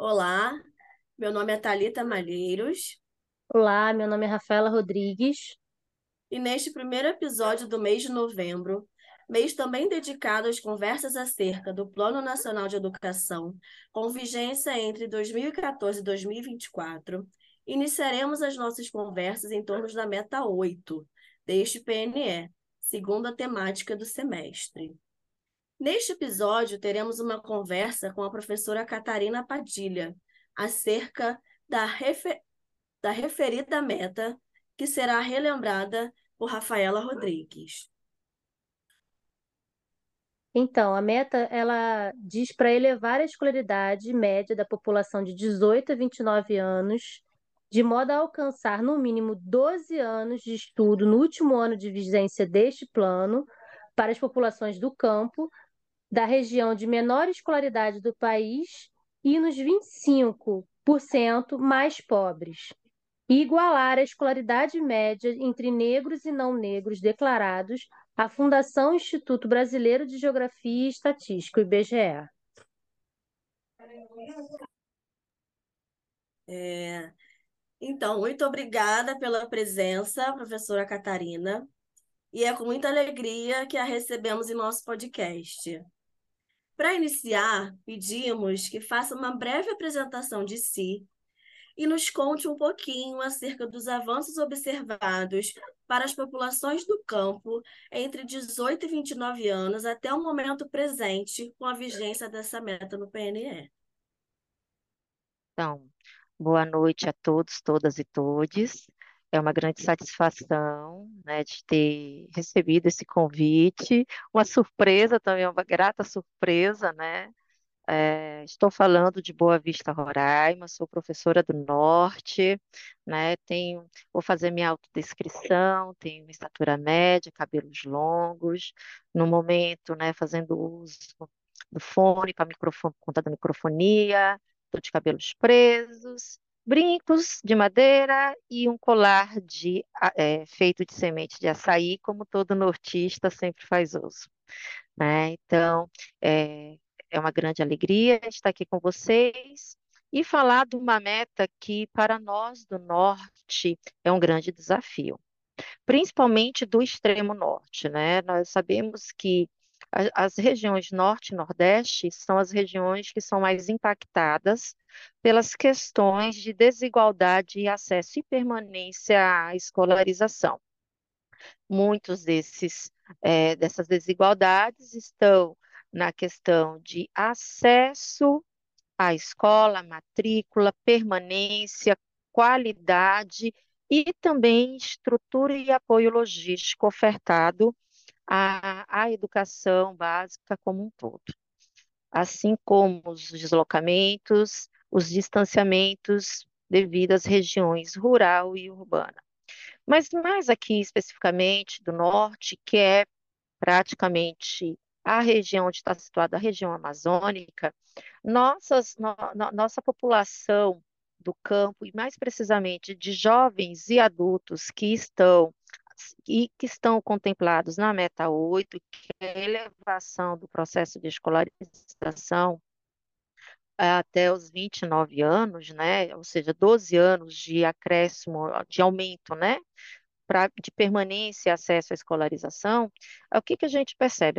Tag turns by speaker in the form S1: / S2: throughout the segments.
S1: Olá, meu nome é Thalita Malheiros
S2: Olá, meu nome é Rafaela Rodrigues.
S1: e neste primeiro episódio do mês de novembro, mês também dedicado às conversas acerca do Plano Nacional de Educação, com vigência entre 2014 e 2024, iniciaremos as nossas conversas em torno da meta 8 deste PNE, segundo a temática do semestre. Neste episódio, teremos uma conversa com a professora Catarina Padilha acerca da referida meta, que será relembrada por Rafaela Rodrigues.
S2: Então, a meta, ela diz para elevar a escolaridade média da população de 18 a 29 anos, de modo a alcançar no mínimo 12 anos de estudo no último ano de vigência deste plano para as populações do campo, da região de menor escolaridade do país e nos 25% mais pobres. E igualar a escolaridade média entre negros e não negros declarados à Fundação Instituto Brasileiro de Geografia e Estatística, o IBGE.
S1: É, então, muito obrigada pela presença, professora Catarina, e é com muita alegria que a recebemos em nosso podcast. Para iniciar, pedimos que faça uma breve apresentação de si e nos conte um pouquinho acerca dos avanços observados para as populações do campo entre 18 e 29 anos até o momento presente, com a vigência dessa meta no PNE.
S3: Então, boa noite a todos, todas e todes. É uma grande satisfação, né, de ter recebido esse convite. Uma surpresa também, uma grata surpresa, né? Estou falando de Boa Vista, Roraima, sou professora do Norte, né? Vou fazer minha autodescrição, tenho uma estatura média, cabelos longos, no momento, né, fazendo uso do fone para microfone, por conta da microfonia, estou de cabelos presos, brincos de madeira e um colar feito de semente de açaí, como todo nortista sempre faz uso, né? Então, é, é uma grande alegria estar aqui com vocês e falar de uma meta que, para nós do Norte, é um grande desafio, principalmente do extremo norte, né? Nós sabemos que as regiões norte e nordeste são as regiões que são mais impactadas pelas questões de desigualdade e acesso e permanência à escolarização. Muitos dessas desigualdades estão na questão de acesso à escola, matrícula, permanência, qualidade e também estrutura e apoio logístico ofertado à educação básica como um todo, assim como os deslocamentos, os distanciamentos devido às regiões rural e urbana. Mas mais aqui especificamente do norte, que é praticamente a região onde está situada a região amazônica, nossa população do campo, e mais precisamente de jovens e adultos que estão contemplados na meta 8, que é a elevação do processo de escolarização até os 29 anos, né? Ou seja, 12 anos de acréscimo, de aumento, né? De permanência e acesso à escolarização, o que que a gente percebe?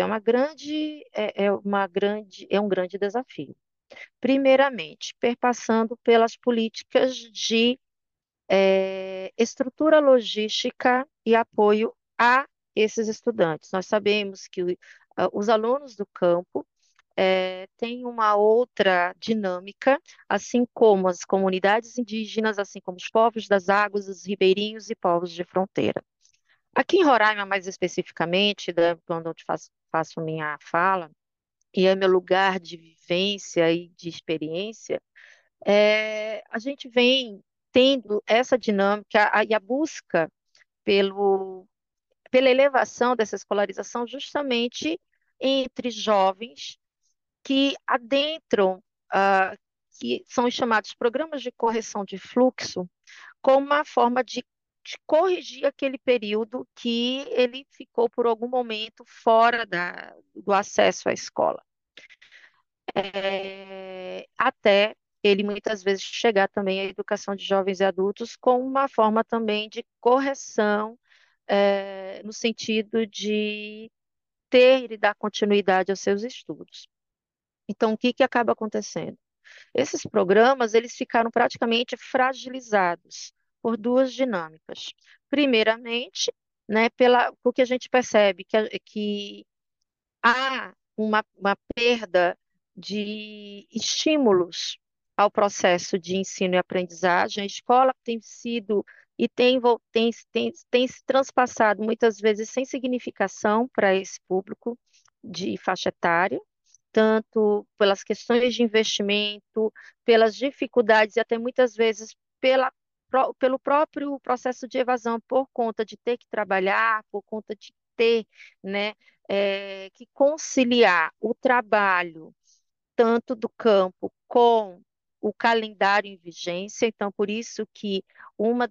S3: É um grande desafio. Primeiramente, perpassando pelas políticas de estrutura logística e apoio a esses estudantes. Nós sabemos que os alunos do campo têm uma outra dinâmica, assim como as comunidades indígenas, assim como os povos das águas, os ribeirinhos e povos de fronteira. Aqui em Roraima, mais especificamente, né, quando eu faço minha fala, e é meu lugar de vivência e de experiência, a gente vem tendo essa dinâmica e a busca pelo, pela elevação dessa escolarização justamente entre jovens que adentram, que são os chamados programas de correção de fluxo, como uma forma de corrigir aquele período que ele ficou por algum momento fora do acesso à escola. Até ele muitas vezes chegar também à educação de jovens e adultos com uma forma também de correção, no sentido de ter e dar continuidade aos seus estudos. Então, o que que acaba acontecendo? Esses programas, eles ficaram praticamente fragilizados por duas dinâmicas. Primeiramente, né, porque a gente percebe que há uma perda de estímulos ao processo de ensino e aprendizagem. A escola tem sido e tem se transpassado muitas vezes sem significação para esse público de faixa etária, tanto pelas questões de investimento, pelas dificuldades e até muitas vezes pelo próprio processo de evasão, por conta de ter que trabalhar, por conta de ter, né, que conciliar o trabalho, tanto do campo com o calendário em vigência. Então, por isso que uma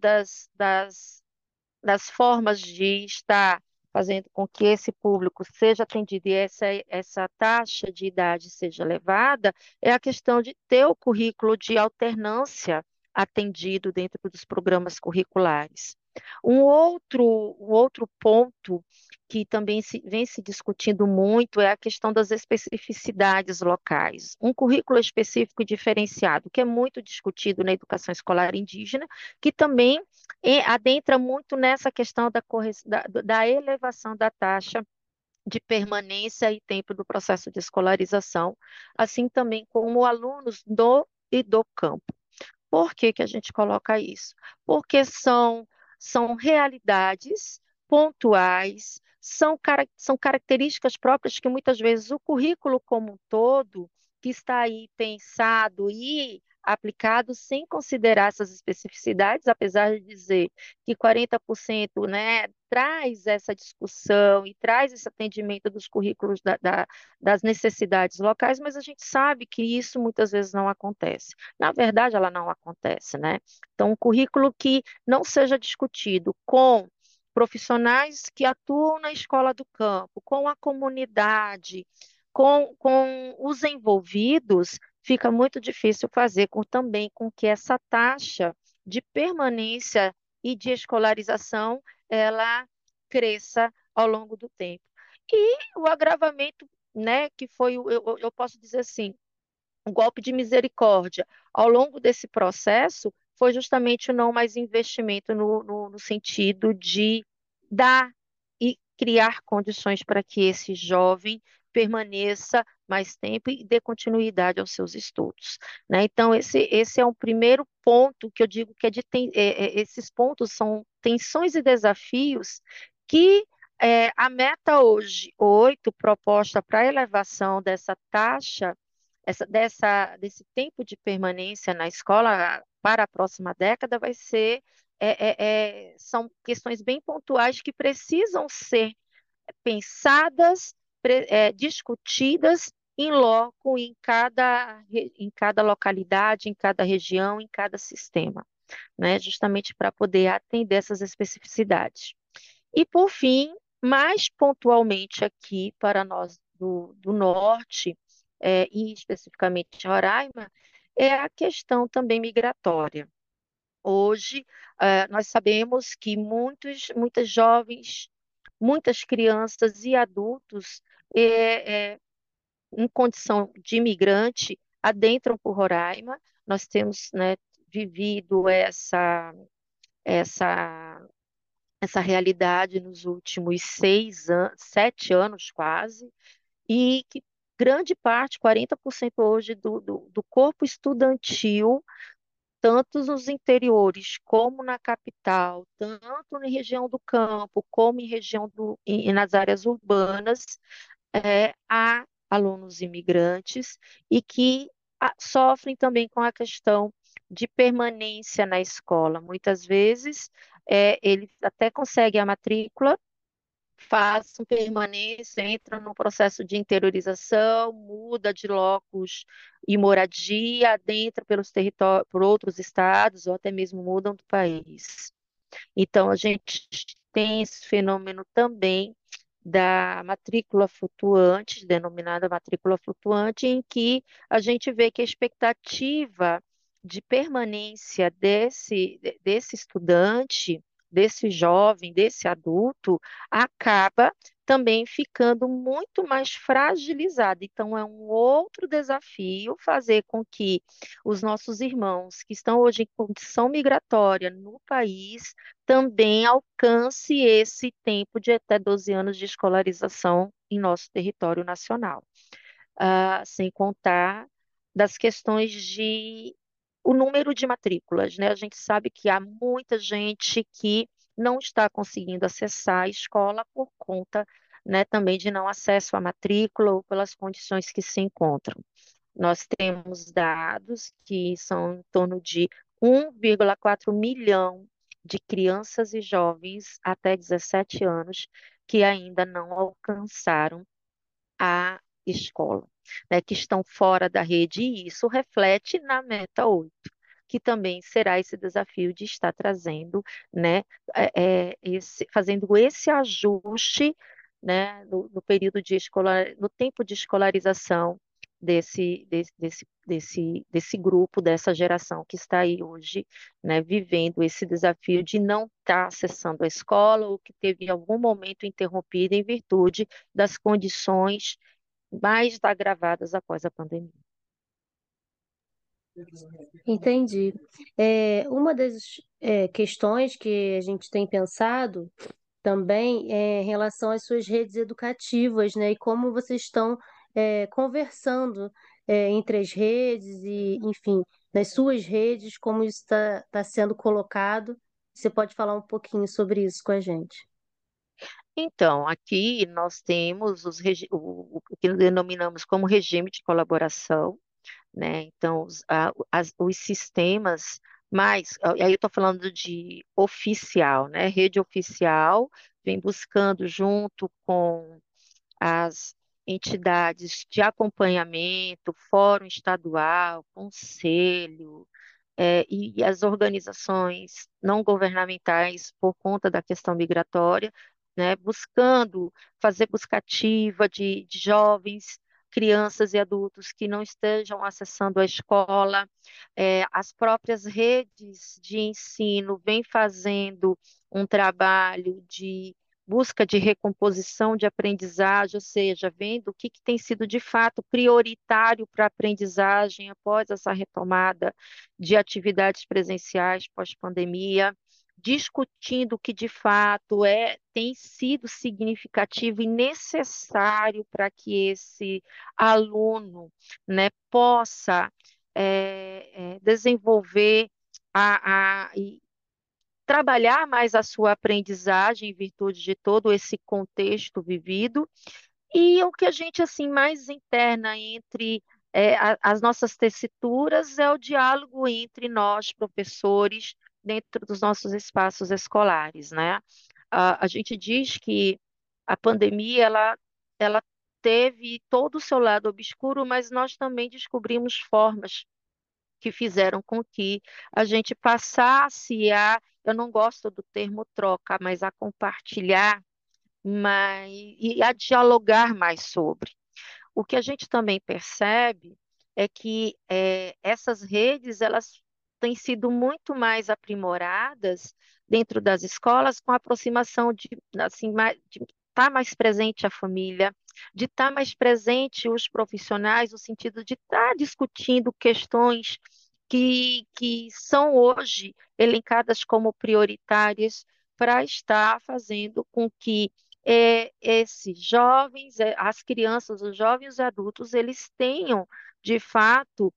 S3: das formas de estar fazendo com que esse público seja atendido e essa taxa de idade seja elevada, é a questão de ter o currículo de alternância atendido dentro dos programas curriculares. Um outro ponto que também vem se discutindo muito é a questão das especificidades locais. Um currículo específico e diferenciado, que é muito discutido na educação escolar indígena, que também adentra muito nessa questão da elevação da taxa de permanência e tempo do processo de escolarização, assim também como alunos do e do campo. Por que que a gente coloca isso? Porque são realidades pontuais, são características próprias que muitas vezes o currículo como um todo, que está aí pensado e aplicado sem considerar essas especificidades, apesar de dizer que 40%, né, traz essa discussão e traz esse atendimento dos currículos das necessidades locais, mas a gente sabe que isso muitas vezes não acontece. Na verdade, ela não acontece, né? Então, um currículo que não seja discutido com profissionais que atuam na escola do campo, com a comunidade, com os envolvidos, fica muito difícil fazer também com que essa taxa de permanência e de escolarização ela cresça ao longo do tempo. E o agravamento, né, que foi, eu posso dizer assim, um golpe de misericórdia ao longo desse processo foi justamente o não mais investimento no sentido de dar e criar condições para que esse jovem permaneça mais tempo e dê continuidade aos seus estudos, né? Então, esse é um primeiro ponto que eu digo que esses pontos são tensões e desafios que a meta hoje, 8, proposta para a elevação dessa taxa desse tempo de permanência na escola para a próxima década vai ser, são questões bem pontuais que precisam ser pensadas, discutidas em loco, em cada localidade, em cada região, em cada sistema, né? Justamente para poder atender essas especificidades. E, por fim, mais pontualmente aqui para nós do norte, e especificamente Roraima, é a questão também migratória. Hoje, nós sabemos que muitas jovens, muitas crianças e adultos em condição de imigrante adentram por Roraima. Nós temos, né, vivido essa essa realidade nos últimos 6 anos, 7 anos quase, e que grande parte, 40% hoje do corpo estudantil, tanto nos interiores como na capital, tanto na região do campo como em e nas áreas urbanas, há alunos imigrantes e que sofrem também com a questão de permanência na escola. Muitas vezes, eles até conseguem a matrícula, façam permanência, entram no processo de interiorização, muda de locus e moradia, adentra pelos territórios, por outros estados ou até mesmo mudam do país. Então, a gente tem esse fenômeno também da matrícula flutuante, denominada matrícula flutuante, em que a gente vê que a expectativa de permanência desse estudante, desse jovem, desse adulto, acaba também ficando muito mais fragilizada. Então, é um outro desafio fazer com que os nossos irmãos que estão hoje em condição migratória no país também alcance esse tempo de até 12 anos de escolarização em nosso território nacional. Sem contar das questões de o número de matrículas, né? A gente sabe que há muita gente que não está conseguindo acessar a escola por conta, né, também de não acesso à matrícula ou pelas condições que se encontram. Nós temos dados que são em torno de 1,4 milhão de crianças e jovens até 17 anos que ainda não alcançaram a escola, né, que estão fora da rede, e isso reflete na meta 8, que também será esse desafio de estar trazendo, né, fazendo esse ajuste, né, no período de escolar, no tempo de escolarização desse grupo, dessa geração que está aí hoje, né, vivendo esse desafio de não estar acessando a escola ou que teve em algum momento interrompido em virtude das condições mais agravadas após a pandemia.
S2: Entendi. Uma das questões que a gente tem pensado também é em relação às suas redes educativas, né? E como vocês estão conversando entre as redes e, enfim, nas suas redes, como isso está sendo colocado. Você pode falar um pouquinho sobre isso com a gente?
S3: Então, aqui nós temos o que denominamos como regime de colaboração, né? Então, os sistemas mais, aí eu estou falando de oficial, né? Rede oficial vem buscando junto com as entidades de acompanhamento, fórum estadual, conselho, e as organizações não governamentais por conta da questão migratória, né, buscando fazer buscativa de jovens, crianças e adultos que não estejam acessando a escola. As próprias redes de ensino vêm fazendo um trabalho de busca de recomposição de aprendizagem, ou seja, vendo o que tem sido de fato prioritário para a aprendizagem após essa retomada de atividades presenciais pós-pandemia, discutindo o que de fato tem sido significativo e necessário para que esse aluno, né, possa desenvolver e trabalhar mais a sua aprendizagem em virtude de todo esse contexto vivido e o que a gente assim mais interna entre as nossas tessituras é o diálogo entre nós, professores, dentro dos nossos espaços escolares, né? A gente diz que a pandemia ela teve todo o seu lado obscuro, mas nós também descobrimos formas que fizeram com que a gente passasse eu não gosto do termo troca, mas a compartilhar e a dialogar mais sobre. O que a gente também percebe é que essas redes elas têm sido muito mais aprimoradas dentro das escolas com a aproximação de assim de estar mais presente a família, de estar mais presente os profissionais, no sentido de estar discutindo questões que são hoje elencadas como prioritárias para estar fazendo com que esses jovens, as crianças, os jovens e adultos, eles tenham, de fato,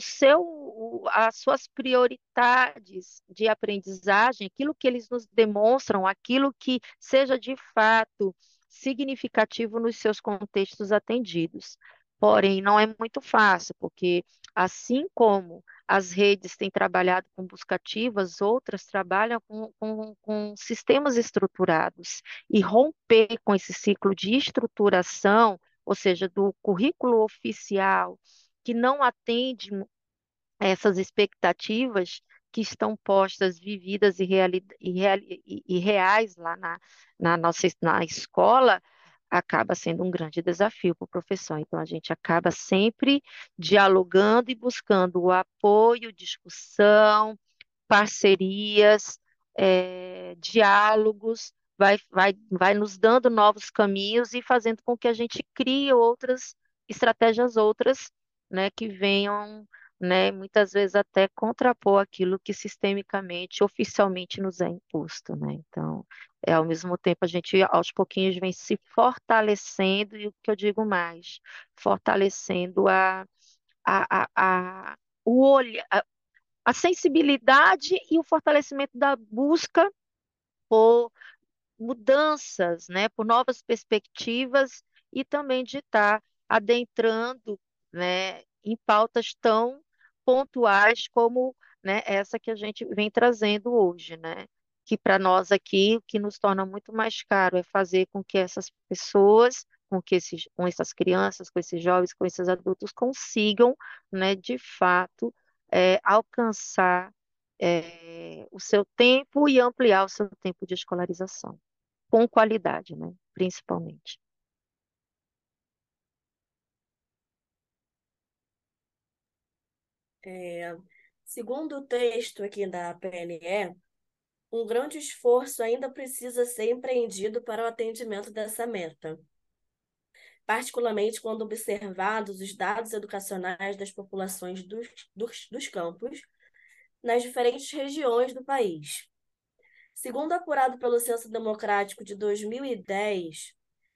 S3: as suas prioridades de aprendizagem, aquilo que eles nos demonstram, aquilo que seja de fato significativo nos seus contextos atendidos. Porém, não é muito fácil, porque assim como as redes têm trabalhado com buscativas, outras trabalham com sistemas estruturados e romper com esse ciclo de estruturação, ou seja, do currículo oficial, que não atende essas expectativas que estão postas, vividas e reais lá na escola, acaba sendo um grande desafio para o professor. Então, a gente acaba sempre dialogando e buscando o apoio, discussão, parcerias, diálogos, vai nos dando novos caminhos e fazendo com que a gente crie outras estratégias outras, né, que venham, né, muitas vezes até contrapor aquilo que sistemicamente, oficialmente nos é imposto, né? Então, ao mesmo tempo a gente aos pouquinhos vem se fortalecendo e o que eu digo mais, fortalecendo o olho, a sensibilidade e o fortalecimento da busca por mudanças, né, por novas perspectivas e também de estar adentrando, né, em pautas tão pontuais como, né, essa que a gente vem trazendo hoje, né? Que para nós aqui, o que nos torna muito mais caro é fazer com que essas pessoas, com essas crianças, com esses jovens, com esses adultos consigam, né, de fato, alcançar o seu tempo e ampliar o seu tempo de escolarização com qualidade, né? Principalmente.
S1: É, segundo o texto aqui da PNE, um grande esforço ainda precisa ser empreendido para o atendimento dessa meta, particularmente quando observados os dados educacionais das populações dos campos nas diferentes regiões do país. Segundo apurado pelo Censo Democrático de 2010,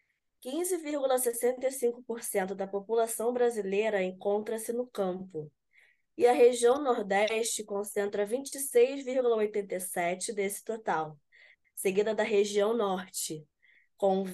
S1: 15,65% da população brasileira encontra-se no campo, e a região Nordeste concentra 26,87% desse total, seguida da região Norte, com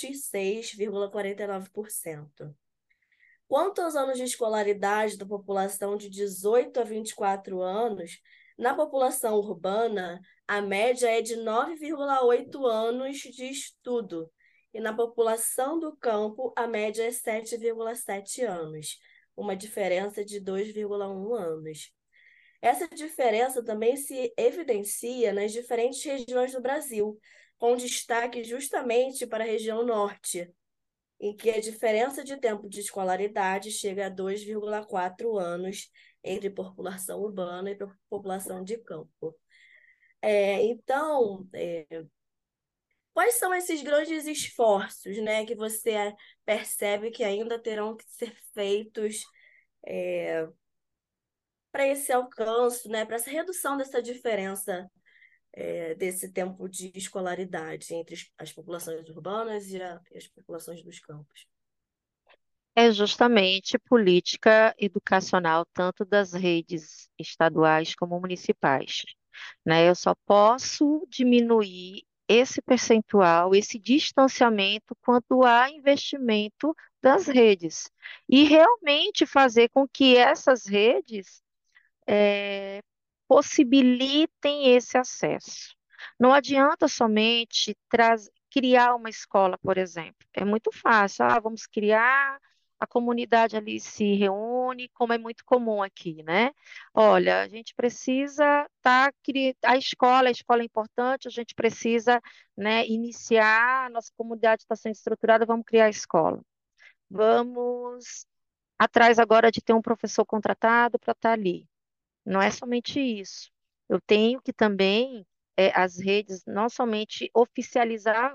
S1: 26,49%. Quanto aos anos de escolaridade da população de 18 a 24 anos, na população urbana, a média é de 9,8 anos de estudo, e na população do campo, a média é 7,7 anos, uma diferença de 2,1 anos. Essa diferença também se evidencia nas diferentes regiões do Brasil, com destaque justamente para a região norte, em que a diferença de tempo de escolaridade chega a 2,4 anos entre população urbana e população de campo. Então, quais são esses grandes esforços, né, que você percebe que ainda terão que ser feitos para esse alcance, né, para essa redução dessa diferença, desse tempo de escolaridade entre as populações urbanas e as populações dos campos?
S3: É justamente política educacional, tanto das redes estaduais como municipais, né? Eu só posso diminuir esse percentual, esse distanciamento, quando há investimento das redes. E realmente fazer com que essas redes é, possibilitem esse acesso. Não adianta somente criar uma escola, por exemplo. É muito fácil. Ah, vamos criar, a comunidade ali se reúne, como é muito comum aqui, né? Olha, a gente precisa a escola é importante, a gente precisa, né, iniciar, a nossa comunidade está sendo estruturada, vamos criar a escola. Vamos atrás agora de ter um professor contratado para estar ali. Não é somente isso. Eu tenho que também, as redes, não somente oficializar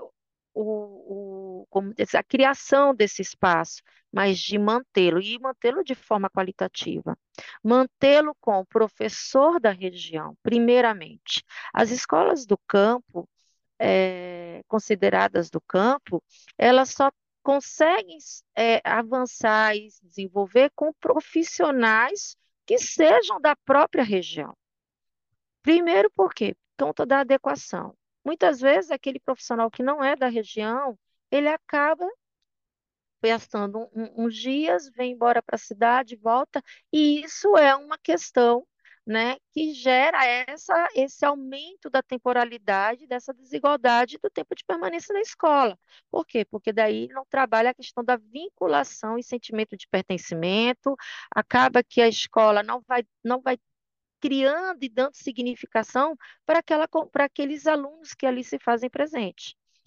S3: como dizer, a criação desse espaço, mas de mantê-lo, e mantê-lo de forma qualitativa. Mantê-lo com o professor da região, primeiramente. As escolas do campo, consideradas do campo, elas só conseguem avançar e se desenvolver com profissionais que sejam da própria região. Primeiro, por quê? Por conta da adequação. Muitas vezes, aquele profissional que não é da região, ele acaba gastando uns dias, vem embora para a cidade, volta, e isso é uma questão, né, que gera esse aumento da temporalidade, dessa desigualdade do tempo de permanência na escola. Por quê? Porque daí não trabalha a questão da vinculação e sentimento de pertencimento, acaba que a escola não vai criando e dando significação para aqueles alunos que ali se fazem presente.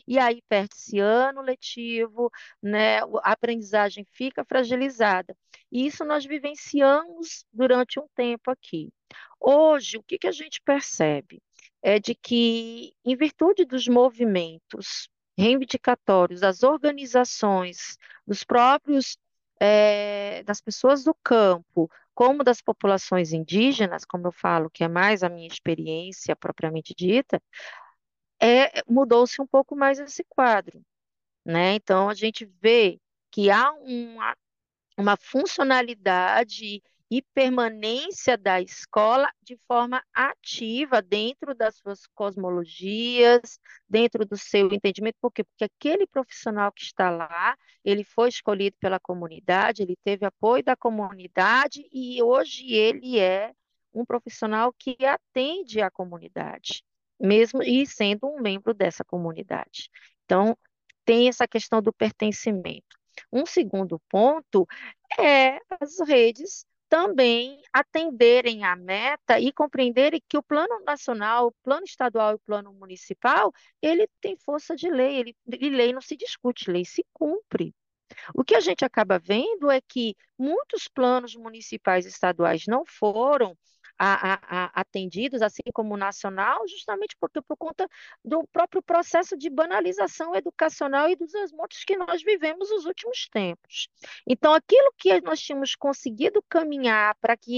S3: E aí perde-se ano letivo, né? A aprendizagem fica fragilizada. E isso nós vivenciamos durante um tempo aqui. Hoje, o que que a gente percebe? É de que, em virtude dos movimentos reivindicatórios, das organizações, dos próprios, das pessoas do campo, como das populações indígenas, como eu falo, que é mais a minha experiência propriamente dita, mudou-se um pouco mais esse quadro, né? Então, a gente vê que há uma funcionalidade e permanência da escola de forma ativa dentro das suas cosmologias, dentro do seu entendimento. Por quê? Porque aquele profissional que está lá, ele foi escolhido pela comunidade, ele teve apoio da comunidade e hoje ele é um profissional que atende a comunidade, mesmo e sendo um membro dessa comunidade. Então, tem essa questão do pertencimento. Um segundo ponto as redes também atenderem à meta e compreenderem que o plano nacional, o plano estadual e o plano municipal, ele tem força de lei, e lei não se discute, lei se cumpre. O que a gente acaba vendo é que muitos planos municipais e estaduais não foram atendidos, assim como o nacional, justamente porque por conta do próprio processo de banalização educacional e dos desmontes que nós vivemos nos últimos tempos. Então, aquilo que nós tínhamos conseguido caminhar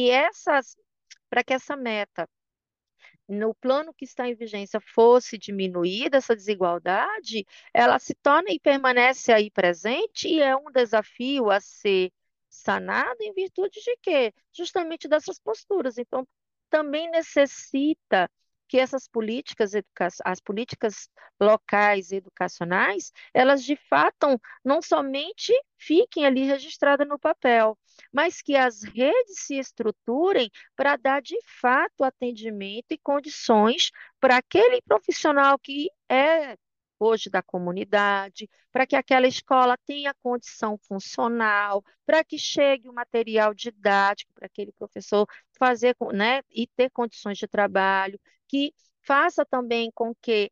S3: para que essa meta no plano que está em vigência fosse diminuída essa desigualdade, ela se torna e permanece aí presente e é um desafio a ser sanado em virtude de quê? Justamente dessas posturas. Então, também necessita que essas políticas, as políticas locais educacionais, elas de fato não somente fiquem ali registradas no papel, mas que as redes se estruturem para dar de fato atendimento e condições para aquele profissional que é hoje da comunidade, para que aquela escola tenha condição funcional, para que chegue o material didático para aquele professor fazer, né, e ter condições de trabalho, que faça também com que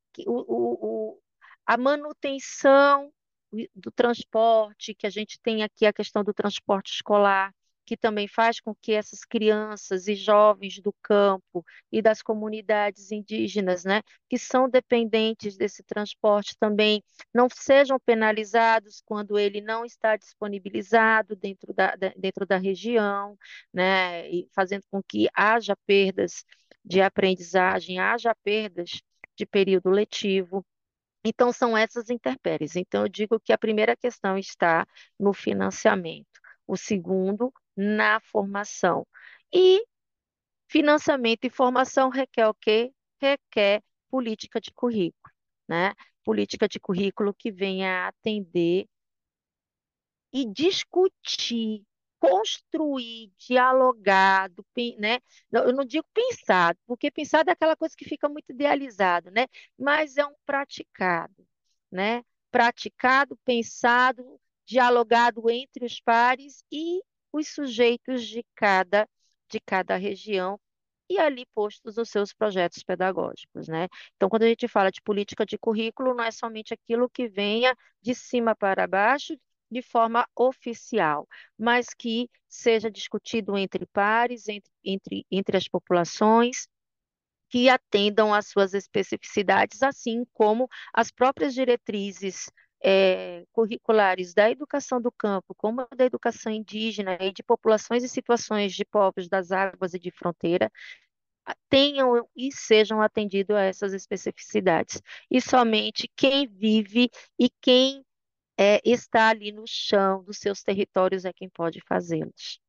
S3: a manutenção do transporte, que a gente tem aqui a questão do transporte escolar, que também faz com que essas crianças e jovens do campo e das comunidades indígenas, né, que são dependentes desse transporte também não sejam penalizados quando ele não está disponibilizado dentro da região, né, e fazendo com que haja perdas de aprendizagem, haja perdas de período letivo. Então, são essas intempéries. Então, eu digo que a primeira questão está no financiamento, o segundo, na formação. E financiamento e formação requer o quê? Requer política de currículo, né? Política de currículo que venha a atender e discutir, construir, dialogado, né? Eu não digo pensado, porque pensado é aquela coisa que fica muito idealizado, né? Mas é um praticado, né? Praticado, pensado, dialogado entre os pares e os sujeitos de cada região e ali postos os seus projetos pedagógicos, né? Então, quando a gente fala de política de currículo, não é somente aquilo que venha de cima para baixo, de forma oficial, mas que seja discutido entre pares, entre as populações, que atendam às suas especificidades, assim como as próprias diretrizes curriculares da educação do campo, como a da educação indígena e de populações e situações de povos das águas e de fronteira, tenham e sejam atendidos a essas especificidades. E somente quem vive e quem está ali no chão dos seus territórios é quem pode fazê-los.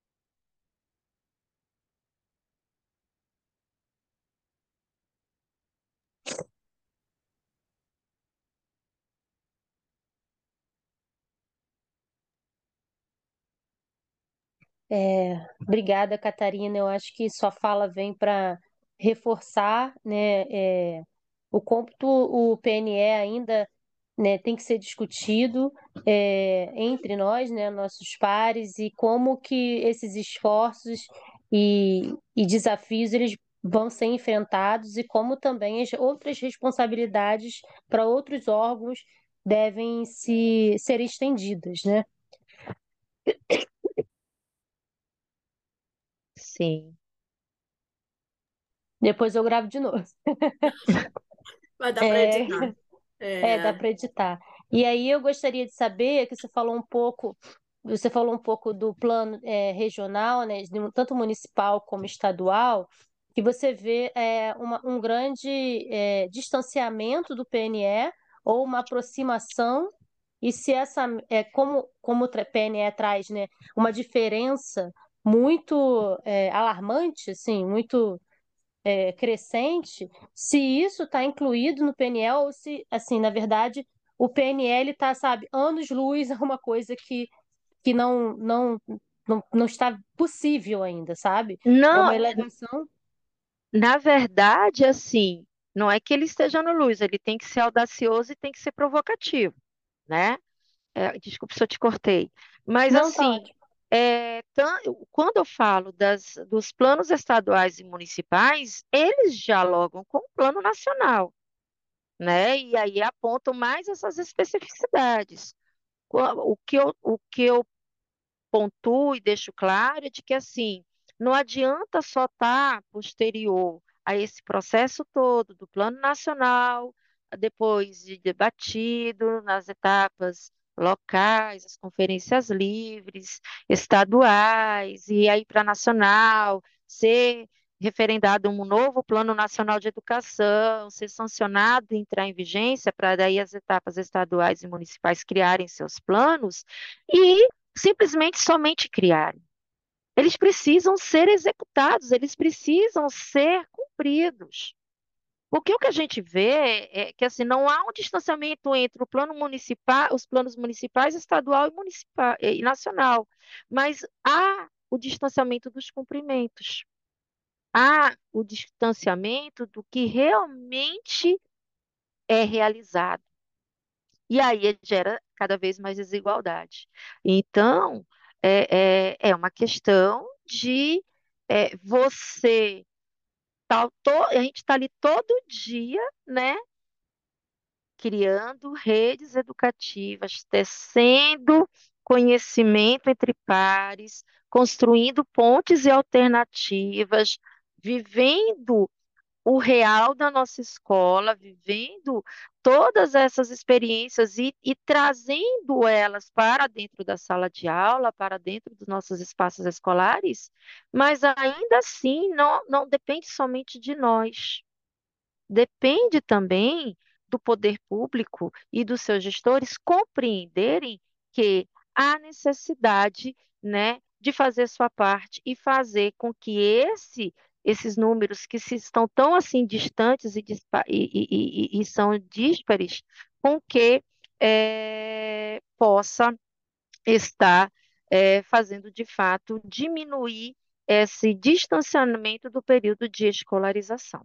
S2: Obrigada, Catarina. Eu acho que sua fala vem para reforçar, né, o quanto o PNE ainda, né, tem que ser discutido entre nós, né, nossos pares, e como que esses esforços e desafios eles vão ser enfrentados e como também as outras responsabilidades para outros órgãos devem ser estendidas, né?
S3: Sim.
S2: Depois eu gravo de novo.
S1: Vai dar para
S2: É,
S1: editar.
S2: dá
S1: É,
S2: para editar. E aí eu gostaria de saber que você falou um pouco do plano regional, né, tanto municipal como estadual, que você vê um grande distanciamento do PNE ou uma aproximação, e se essa como o PNE traz, né, uma diferença muito alarmante, assim, muito crescente, se isso está incluído no PNL ou se, assim, na verdade, o PNL está, sabe, anos-luz é uma coisa que não está possível ainda, sabe? É
S3: Não,
S2: uma elevação.
S3: na verdade, assim, não é que ele esteja no luz, ele tem que ser audacioso e tem que ser provocativo, né? Desculpa se eu te cortei. Mas,
S2: Não, tá
S3: assim,
S2: ótimo.
S3: quando eu falo dos planos estaduais e municipais, eles dialogam com o plano nacional, né? E aí apontam mais essas especificidades. O que eu pontuo e deixo claro é de que, assim, não adianta só estar posterior a esse processo todo do Plano Nacional, depois de debatido nas etapas locais, as conferências livres, estaduais, e aí para nacional, ser referendado um novo Plano Nacional de Educação, ser sancionado e entrar em vigência, para daí as etapas estaduais e municipais criarem seus planos, e simplesmente somente criarem. Eles precisam ser executados, eles precisam ser cumpridos. Porque o que a gente vê é que assim, não há um distanciamento entre o plano municipal, os planos municipais, estadual e, municipal, e nacional, mas há o distanciamento dos cumprimentos, há o distanciamento do que realmente é realizado. E aí gera cada vez mais desigualdade. Então, é uma questão de você. A gente está ali todo dia, né, criando redes educativas, tecendo conhecimento entre pares, construindo pontes e alternativas, vivendo o real da nossa escola, vivendo todas essas experiências e trazendo elas para dentro da sala de aula, para dentro dos nossos espaços escolares, mas ainda assim não depende somente de nós. Depende também do poder público e dos seus gestores compreenderem que há necessidade, né, de fazer sua parte e fazer com que esses números que se estão tão assim distantes e são díspares, com que possa estar fazendo de fato diminuir esse distanciamento do período de escolarização.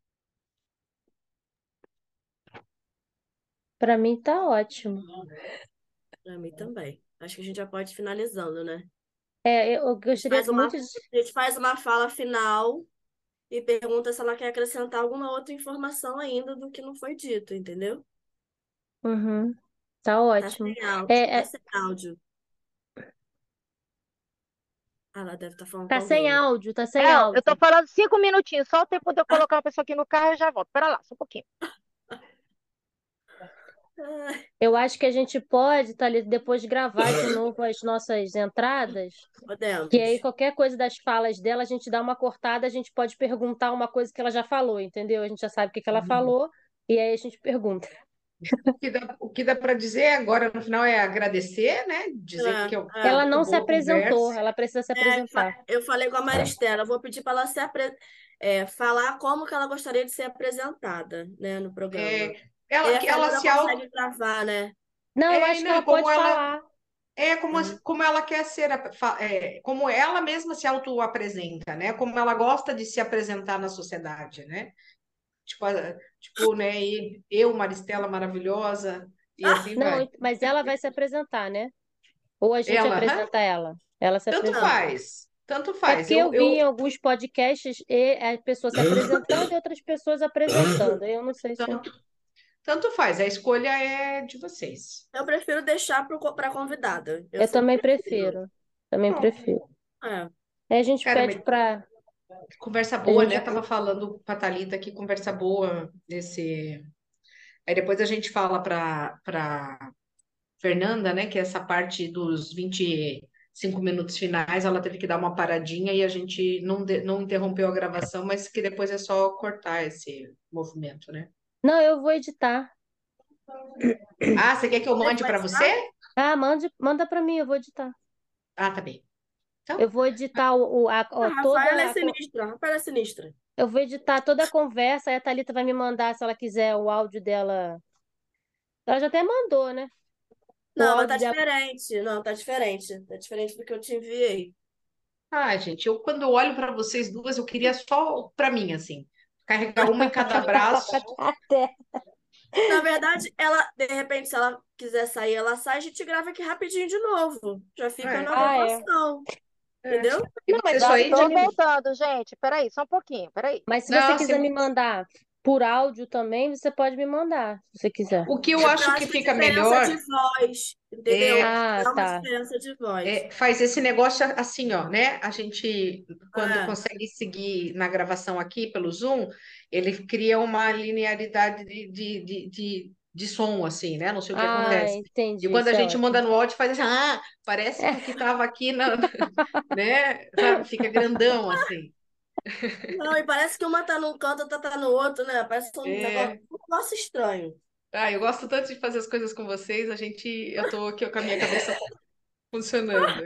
S2: Para mim tá ótimo.
S1: para mim também. Acho que a gente já pode ir finalizando, né?
S2: Eu
S1: A gente
S2: gostaria
S1: faz uma,
S2: muito de.
S1: a gente faz uma fala final e pergunta se ela quer acrescentar alguma outra informação ainda do que não foi dito, entendeu?
S2: Uhum, tá
S1: Tá
S2: ótimo.
S1: sem áudio,
S2: É,
S1: tá
S2: é,
S1: sem áudio. Ah, ela deve estar falando com
S2: tá sem
S1: alguém, né?
S2: áudio, tá sem
S3: Eu tô
S2: áudio.
S3: falando 5 minutinhos, só o tempo de eu colocar uma pessoa aqui no carro e já volto. Pera lá, só um pouquinho.
S1: Ah,
S2: Eu acho que a gente pode, Thalita, depois gravar de novo as nossas entradas, que aí
S1: podemos.
S2: qualquer coisa das falas dela, a gente dá uma cortada, a gente pode perguntar uma coisa que ela já falou, entendeu? A gente já sabe o que que ela falou, e aí a gente pergunta.
S4: O que dá para dizer agora no final é agradecer, né? Dizer que
S1: É,
S2: Ela
S1: é.
S4: muito
S2: não se
S4: boa a
S2: apresentou,
S4: conversa.
S2: ela precisa se apresentar.
S1: Eu falei com a Maristela, eu vou pedir para ela falar como que ela gostaria de ser apresentada, né, no programa.
S4: É,
S1: E a
S4: que ela
S1: Fernanda
S4: se auto.
S1: consegue gravar, né?
S2: Não, eu acho que
S4: Né,
S2: ela pode falar.
S4: como ela quer ser, como ela mesma se auto-apresenta, né? Como ela gosta de se apresentar na sociedade, né? Tipo, né? Eu, Maristela maravilhosa, e assim vai.
S2: Não, mas ela vai se apresentar, né? Ou a gente
S4: Ela, aham,
S2: apresenta ela. Ela se
S4: tanto
S2: apresenta.
S1: Não,
S4: faz. tanto
S2: É
S4: faz.
S2: porque eu vi em alguns podcasts a pessoa se apresentando e outras pessoas apresentando. Eu não sei se.
S4: Tanto, tanto faz. A escolha é de vocês.
S1: Eu prefiro deixar para convidada. Eu
S2: Eu
S1: sempre
S2: também
S1: prefiro.
S2: prefiro. Também
S4: Pronto.
S2: prefiro.
S1: É.
S2: Aí a gente
S4: Cara,
S2: pede
S4: mas
S2: pra.
S4: conversa
S2: A
S4: boa, né?
S2: gente.
S4: Tava falando com a Thalita aqui, conversa boa desse. Aí depois a gente fala para Fernanda, né? Que essa parte dos 25 minutos finais, ela teve que dar uma paradinha e a gente não interrompeu a gravação, mas que depois é só cortar esse movimento, né?
S2: Não, eu vou editar.
S4: Ah, você quer que eu
S1: Você
S4: mande
S1: vai
S4: para você?
S1: editar?
S2: Ah, manda pra mim, eu vou editar.
S4: Ah, tá bem. Então,
S2: Eu vou editar
S1: A Rafaela é
S2: toda.
S1: sinistra. A Rafaela é sinistra.
S2: Eu vou editar toda a conversa, aí a Thalita vai me mandar, se ela quiser, o áudio dela. Ela já até mandou, né? O
S1: Não, mas tá
S2: áudio dela.
S1: diferente. Não, tá diferente. Tá diferente do que eu te enviei.
S4: gente, eu quando eu olho para vocês duas, eu queria só para mim, assim, carregar uma em cada braço.
S2: Até.
S1: Na verdade, ela, de repente, se ela quiser sair, ela sai, a gente grava aqui rapidinho de novo. Já fica
S4: É,
S1: na
S2: Ah, é.
S1: gravação.
S4: é.
S1: Entendeu?
S4: E
S3: Não, mas
S4: você
S3: já
S4: só
S3: estou
S4: edita.
S3: voltando, gente. Peraí, só um pouquinho, peraí.
S2: Mas se você
S4: Não,
S2: quiser me mandar por áudio também, você pode me mandar, se você quiser.
S4: o que eu
S1: É porque eu
S4: acho que
S1: acho que a
S4: fica
S1: diferença de
S4: melhor
S1: voz, entendeu?
S4: é,
S2: Ah,
S1: Dá uma
S2: tá.
S1: diferença de voz.
S4: faz esse negócio assim, ó, né? A gente, quando
S1: É,
S4: consegue seguir na gravação aqui pelo Zoom, ele cria uma linearidade de som, assim, né? Não sei o que
S2: Ah,
S4: acontece. E
S2: entendi.
S4: quando a
S2: Isso é
S4: gente manda
S2: ótimo.
S4: no áudio, faz assim, parece que estava aqui na, né? Sabe? Fica grandão, assim.
S1: não, e parece que uma tá num canto, outra tá no outro, né? Parece
S4: É.
S1: um negócio estranho.
S4: Eu gosto tanto de fazer as coisas com vocês, eu tô aqui com a minha cabeça funcionando.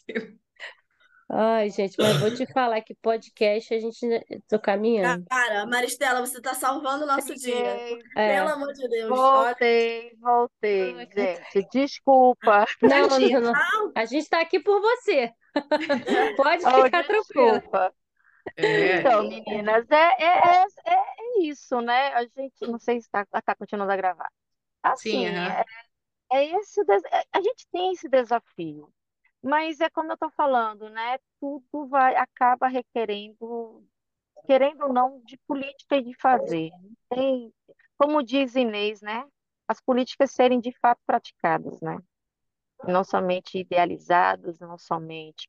S2: Ai, gente, mas vou te falar que podcast a gente tô caminhando.
S1: Cara, Maristela, você tá salvando o nosso dia.
S3: Cheguei,
S1: Pelo
S2: É.
S1: amor de Deus. Olha,
S3: voltei,
S2: Ai,
S3: gente. Desculpa.
S2: Não,
S4: Tadinha.
S2: não, não. A gente tá aqui por você. Pode
S3: Oh,
S2: ficar tranquila.
S3: desculpa.
S4: É,
S3: Então, meninas, é isso, né? A gente, não sei se tá continuando a gravar.
S4: sim,
S3: Assim,
S4: aham.
S3: a gente tem esse desafio, mas é como eu estou falando, né? Tudo acaba requerendo, querendo ou não, de política e de fazer. Tem, como diz Inês, né? As políticas serem de fato praticadas, né? Não somente idealizadas, não somente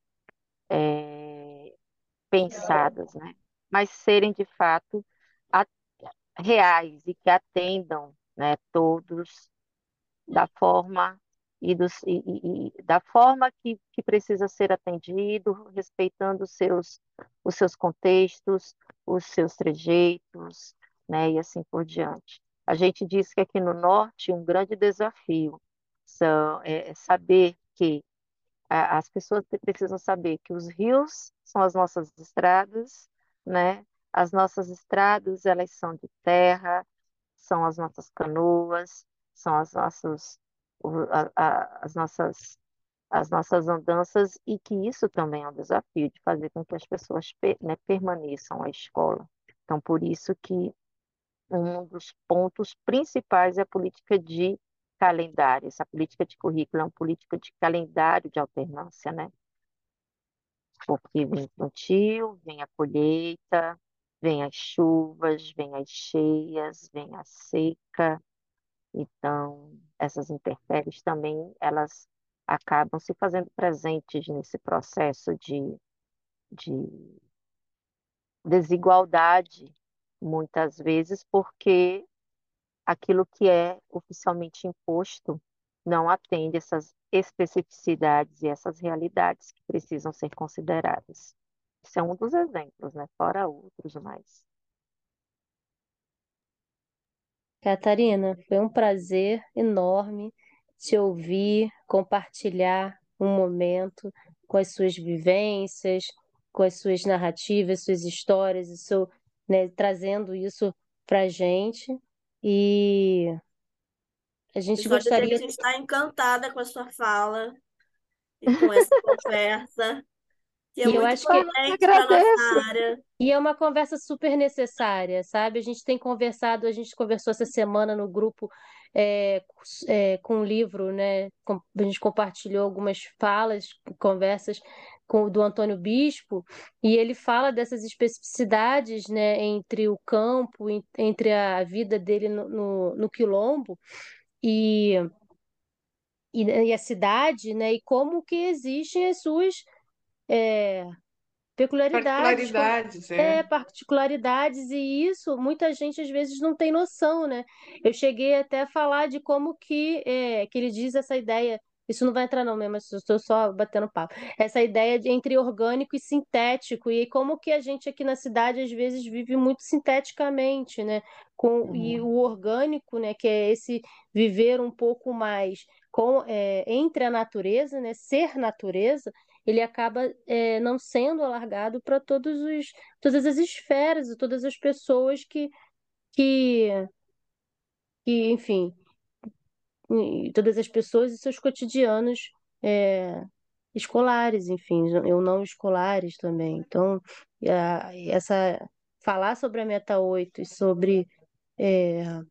S3: pensadas, né? Mas serem de fato a- reais e que atendam, né, todos da forma da forma que precisa ser atendido, respeitando os seus contextos, os seus trejeitos, né, e assim por diante. A gente diz que aqui no norte um grande desafio é saber que as pessoas precisam saber que os rios são as nossas estradas, né? As nossas estradas, elas são de terra, são as nossas canoas, são as nossas andanças e que isso também é um desafio de fazer com que as pessoas, né, permaneçam à escola. Então, por isso que um dos pontos principais é a política de calendário. Essa política de currículo é uma política de calendário de alternância, né? Porque vem plantio, vem a colheita, vem as chuvas, vem as cheias, vem a seca. Então, essas intempéries também, elas acabam se fazendo presentes nesse processo de desigualdade, muitas vezes, porque aquilo que é oficialmente imposto não atende essas especificidades e essas realidades que precisam ser consideradas. Esse é um dos exemplos, né? Fora outros, mas
S2: Catarina, foi um prazer enorme te ouvir, compartilhar um momento com as suas vivências, com as suas narrativas, suas histórias, né, trazendo isso para a gente. E a
S1: e
S2: gente
S1: só dizer que a
S2: gostaria.
S1: gente está encantada com a sua fala e com essa conversa, que é
S2: E eu
S1: muito
S2: acho que
S3: eu que
S1: potente para a nossa
S3: agradeço.
S1: área.
S2: e é uma conversa super necessária, sabe? A gente conversou essa semana no grupo com o livro, né? A gente compartilhou algumas falas, conversas do Antônio Bispo, e ele fala dessas especificidades, né, entre o campo, entre a vida dele no quilombo e, e a cidade, né, e como que existem as suas é, peculiaridades,
S4: Particularidades, é.
S2: particularidades, e isso muita gente às vezes não tem noção, né? Eu cheguei até a falar de como que ele diz essa ideia, isso não vai entrar não mesmo, eu estou só batendo papo, essa ideia entre orgânico e sintético, e como que a gente aqui na cidade às vezes vive muito sinteticamente, né? E o orgânico, né, que é esse viver um pouco mais entre a natureza, né, ser natureza, ele acaba não sendo alargado para todas as esferas e todas as pessoas que, enfim, e todas as pessoas e seus cotidianos é, escolares, enfim, ou não escolares também. Então, falar sobre a Meta 8 e sobre é,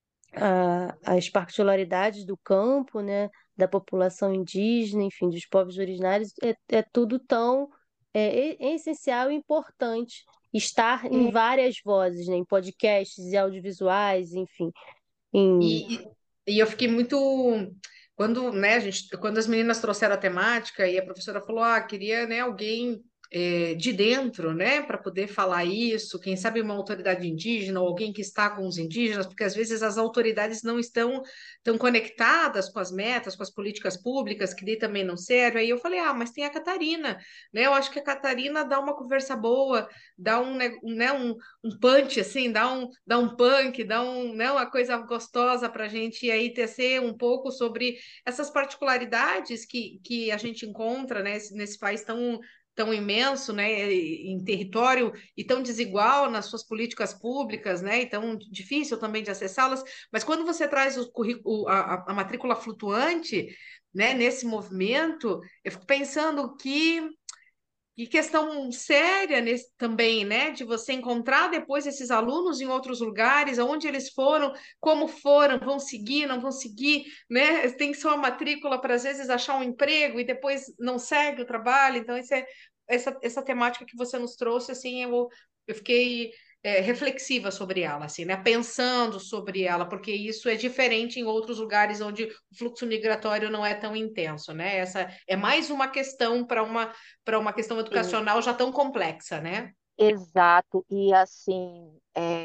S2: as particularidades do campo, né, da população indígena, enfim, dos povos originários, é tudo tão é essencial e importante estar em várias vozes, né, em podcasts e audiovisuais, enfim, em
S4: E, e, e eu fiquei muito. Quando, né, quando as meninas trouxeram a temática e a professora falou, queria, né, alguém de dentro, né, para poder falar isso, quem sabe uma autoridade indígena ou alguém que está com os indígenas, porque às vezes as autoridades não estão tão conectadas com as metas, com as políticas públicas, que daí também não serve. Aí eu falei, mas tem a Catarina, né? Eu acho que a Catarina dá uma conversa boa, dá um punch, assim, dá um punk, né, uma coisa gostosa para a gente aí tecer um pouco sobre essas particularidades que a gente encontra, né, nesse país tão imenso, né, em território e tão desigual nas suas políticas públicas, né, e tão difícil também de acessá-las. Mas quando você traz o currículo, a matrícula flutuante, né, nesse movimento, eu fico pensando que questão séria nesse, também, né? De você encontrar depois esses alunos em outros lugares, aonde eles foram, vão seguir, não vão seguir, né? Tem só a matrícula para às vezes achar um emprego e depois não segue o trabalho. Então, essa temática que você nos trouxe, assim, eu fiquei reflexiva sobre ela, assim, né? Pensando sobre ela, porque isso é diferente em outros lugares onde o fluxo migratório não é tão intenso, né? Essa é mais uma questão para uma questão
S3: E-
S4: educacional já tão complexa, né?
S3: Exato, e assim,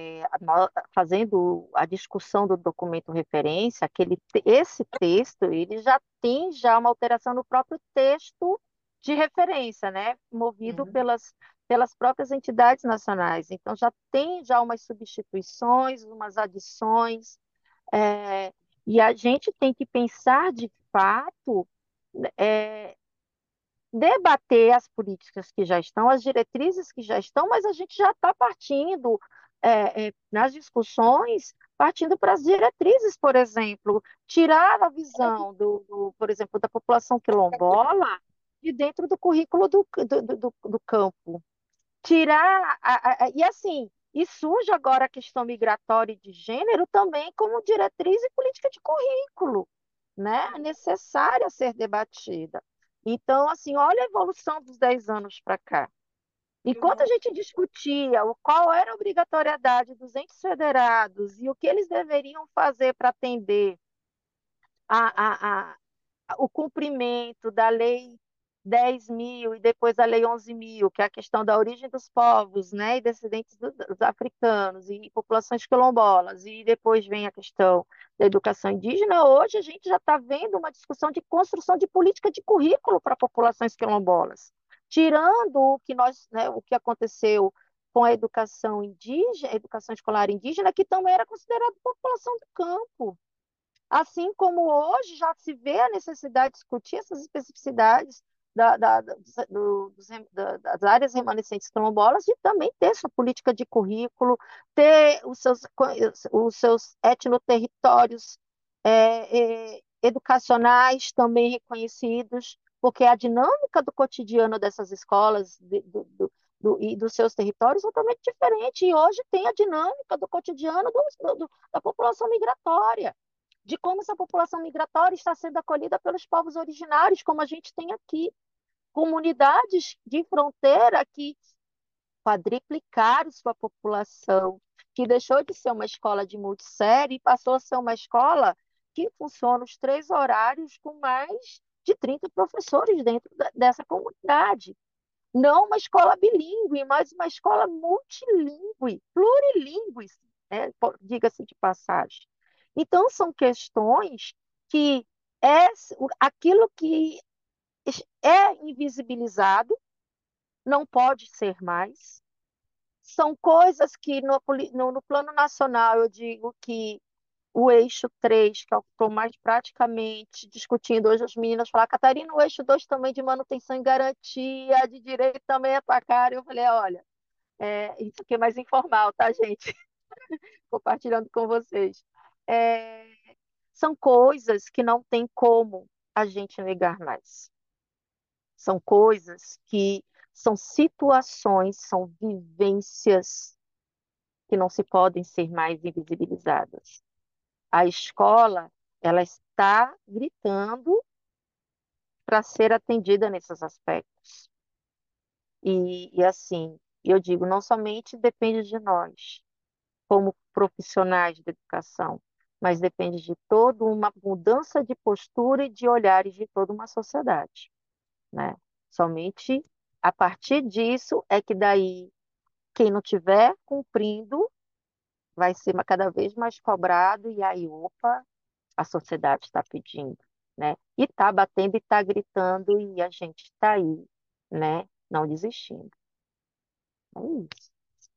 S3: fazendo a discussão do documento referência, esse texto, ele já tem já uma alteração no próprio texto de referência, né? Movido
S4: Uhum.
S3: pelas próprias entidades nacionais. Então, já tem já umas substituições, umas adições, e a gente tem que pensar de fato, é, debater as políticas que já estão, as diretrizes que já estão, mas a gente já está partindo nas discussões, partindo para as diretrizes, por exemplo, tirar a visão por exemplo, da população quilombola de dentro do currículo do campo. Tirar, e assim, e surge agora a questão migratória e de gênero também como diretriz e política de currículo, né? Necessária ser debatida. Então, assim, olha a evolução dos 10 anos para cá. Enquanto a gente discutia qual era a obrigatoriedade dos entes federados e o que eles deveriam fazer para atender a, o cumprimento da Lei 10.000 e depois a Lei 11.000, que é a questão da origem dos povos, né, e descendentes dos africanos e populações quilombolas, e depois vem a questão da educação indígena, hoje a gente já está vendo uma discussão de construção de política de currículo para populações quilombolas, tirando o que o que aconteceu com a educação indígena, a educação escolar indígena, que também era considerada população do campo. Assim como hoje já se vê a necessidade de discutir essas especificidades das áreas remanescentes quilombolas e também ter sua política de currículo, ter os seus etnoterritórios educacionais também reconhecidos, porque a dinâmica do cotidiano dessas escolas e dos seus territórios é totalmente diferente. E hoje tem a dinâmica do cotidiano da população migratória. de como essa população migratória está sendo acolhida pelos povos originários, como a gente tem aqui. Comunidades de fronteira que quadriplicaram sua população, que deixou de ser uma escola de multissérie e passou a ser uma escola que funciona os 3 horários com mais de 30 professores dentro dessa comunidade. Não uma escola bilíngue, mas uma escola multilingüe, plurilingüe, né? Diga-se de passagem. Então, são questões que é aquilo que é invisibilizado, não pode ser mais. São coisas que no plano nacional eu digo que o eixo 3, que é o que estou mais praticamente discutindo hoje, as meninas falam, Catarina, o eixo 2 também de manutenção e garantia, de direito também é tua cara. Eu falei, olha, isso aqui é mais informal, tá, gente? Compartilhando com vocês. É, são coisas que não tem como a gente negar mais. São coisas que são situações, são vivências que não se podem ser mais invisibilizadas. A escola, ela está gritando para ser atendida nesses aspectos. E assim, eu digo, não somente depende de nós, como profissionais de educação, mas depende de toda uma mudança de postura e de olhares de toda uma sociedade, né? Somente a partir disso é que daí quem não tiver cumprindo vai ser cada vez mais cobrado e aí, opa, a sociedade está pedindo, né? E está batendo e está gritando e a gente está aí, né? Não desistindo. É isso.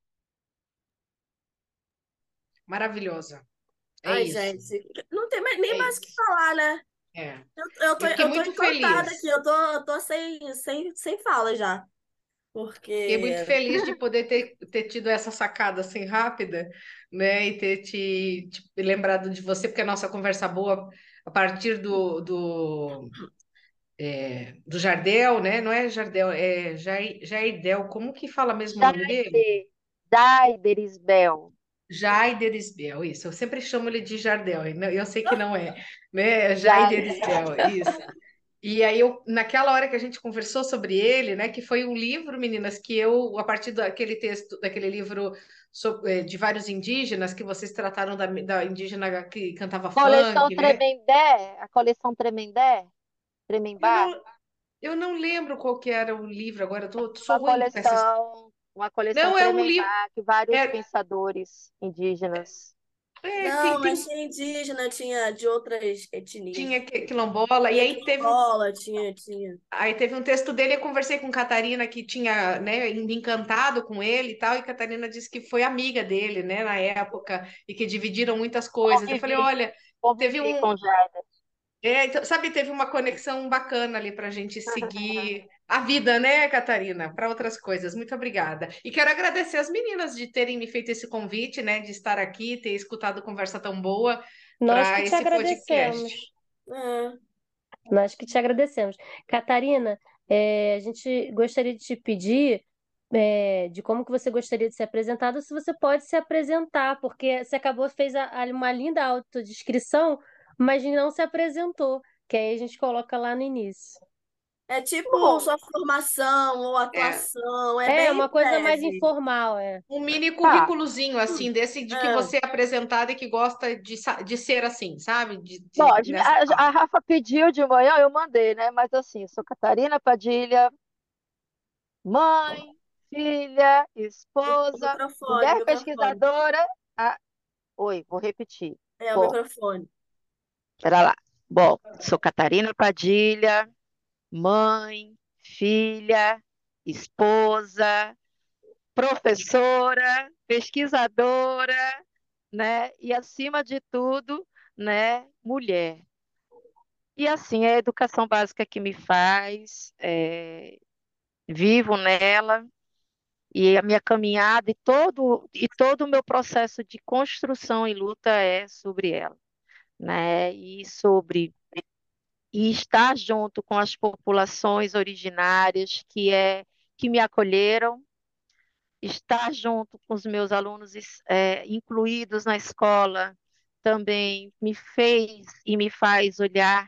S4: Maravilhosa. É
S1: Ai,
S4: isso.
S1: gente, não tem nem
S4: É
S1: mais o que
S4: isso.
S1: falar, né?
S4: É.
S1: Eu
S4: Eu fiquei
S1: eu tô
S4: muito
S1: encantada
S4: feliz.
S1: aqui, eu tô sem fala já.
S4: Fiquei muito
S1: Porque
S4: feliz de poder ter tido essa sacada assim rápida, né? E ter te lembrado de você, porque a nossa conversa boa a partir do Jardel, né? Não é Jardel, é Jardel. Como que fala mesmo o nome dele?
S3: Daider Isbel.
S4: Jaider Isbel, isso. Eu sempre chamo ele de Jardel, e eu sei que não é, né? Jaider
S3: Jaider.
S4: Isbel, isso. E aí, naquela hora que a gente conversou sobre ele, né, que foi um livro, meninas, que eu, a partir daquele texto, daquele livro de vários indígenas, que vocês trataram da indígena que cantava
S3: Coleção
S4: funk, né?
S3: Tremembé, a coleção Tremembé,
S4: Eu
S3: Tremembá,
S4: não, eu não lembro qual que era o livro agora, sou
S3: uma
S4: ruim com essas.
S3: coleção
S4: Não, é um livro.
S3: Tremembá que vários
S4: É,
S3: pensadores indígenas.
S4: tem,
S1: não,
S4: tem,
S1: achei indígena, tinha de outras etnias.
S4: tinha quilombola, e
S1: Tinha
S4: aí teve um.
S1: quilombola, tinha.
S4: Aí teve um texto dele, eu conversei com Catarina, que tinha, né, me encantado com ele e tal, e Catarina disse que foi amiga dele, né, na época, e que dividiram muitas coisas. Eu falei,
S3: Convivi,
S4: olha, teve
S3: convivi
S4: um,
S3: com Jaider.
S4: então, sabe, teve uma conexão bacana ali para a gente seguir a vida, né, Catarina, para outras coisas. Muito obrigada. E quero agradecer as meninas de terem me feito esse convite, né, de estar aqui, ter escutado conversa tão boa
S2: Nós
S4: para
S2: que te
S4: esse podcast.
S2: agradecemos.
S1: É.
S2: Nós que te agradecemos. Catarina, a gente gostaria de te pedir de como que você gostaria de ser apresentada, se você pode se apresentar, porque você acabou, fez uma linda autodescrição, mas não se apresentou, que aí a gente coloca lá no início.
S1: É tipo
S3: Bom,
S1: sua formação ou
S4: É,
S1: atuação, é
S2: É,
S1: bem
S2: uma coisa mais
S1: breve.
S2: informal, é.
S4: um mini
S3: tá.
S4: currículozinho, assim, desse de que
S1: É.
S4: você é apresentado e que gosta de ser assim, sabe?
S3: Bom,
S4: Nessa
S3: a
S4: forma.
S3: Rafa pediu de manhã, eu mandei, né? Mas assim, sou Catarina Padilha, mãe, filha,
S1: O
S3: esposa,
S1: microfone, o
S3: mulher
S1: microfone.
S3: pesquisadora. Oi, vou repetir.
S1: É, o
S3: Bom,
S1: microfone.
S3: pera lá. Bom, sou Catarina Padilha, mãe, filha, esposa, professora, pesquisadora, né? E acima de tudo, né, mulher. E assim, é a educação básica que me faz, vivo nela, e a minha caminhada e todo o meu processo de construção e luta é sobre ela, né? E estar junto com as populações originárias que me acolheram, estar junto com os meus alunos incluídos na escola, também me fez e me faz olhar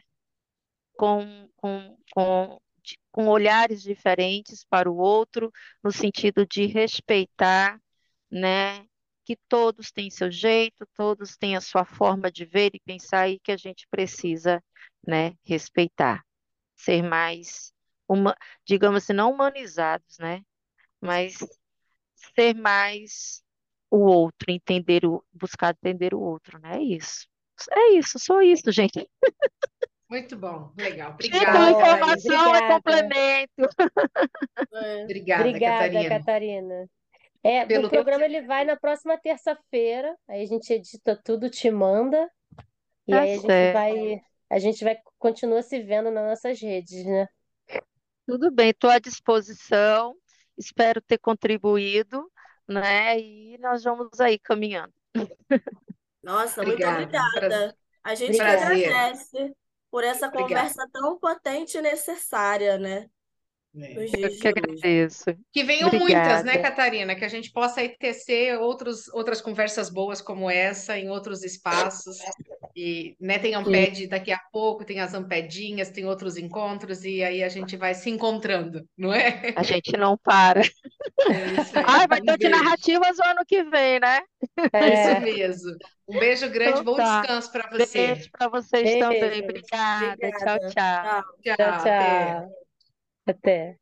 S3: com olhares diferentes para o outro, no sentido de respeitar, né? Que todos têm seu jeito, todos têm a sua forma de ver e pensar e que a gente precisa, né, respeitar, ser mais, uma, digamos assim, não humanizados, né? Mas ser mais o outro, buscar entender o outro, né? É isso, só isso, gente.
S4: Muito bom, legal.
S3: Título,
S4: Obrigada,
S2: Olha,
S4: Catarina.
S3: informação é
S2: obrigada.
S3: complemento.
S1: É.
S4: Obrigada,
S2: Obrigada,
S4: Catarina,
S2: Catarina. O
S4: pelo teu
S2: programa ele vai na próxima terça-feira, aí a gente edita tudo, te manda, e
S3: Tá
S2: aí
S3: certo.
S2: a gente vai continua se vendo nas nossas redes, né?
S3: Tudo bem, estou à disposição. Espero ter contribuído, né? E nós vamos aí caminhando.
S1: Nossa, muito
S4: Obrigada.
S1: obrigada. A gente que
S2: Obrigada.
S4: Prazer.
S1: agradece por essa
S4: Obrigada.
S1: conversa tão potente e necessária, né,
S4: É.
S1: nos
S3: Eu
S1: dias
S3: que
S1: de hoje.
S3: agradeço.
S4: Que venham muitas, né,
S3: Obrigada.
S4: Catarina? Que a gente possa aí tecer outras conversas boas como essa em outros espaços. E, né, tem
S3: Sim,
S4: Amped daqui a pouco, tem as Ampedinhas, tem outros encontros, e aí a gente vai se encontrando, não é?
S3: a gente não para.
S4: É isso
S3: Ai,
S4: aí.
S3: vai
S4: Um
S3: ter de
S4: beijo.
S3: narrativas o ano que vem, né?
S4: Isso
S2: É,
S4: mesmo. Um beijo grande,
S3: Então
S4: bom
S3: tá.
S4: descanso para
S3: Beijo
S4: você.
S3: para vocês também.
S2: beijo.
S3: Obrigada. Tchau,
S1: Obrigada.
S3: tchau.
S1: Tchau.
S4: Tchau,
S2: Tchau,
S4: até.
S2: tchau. Até.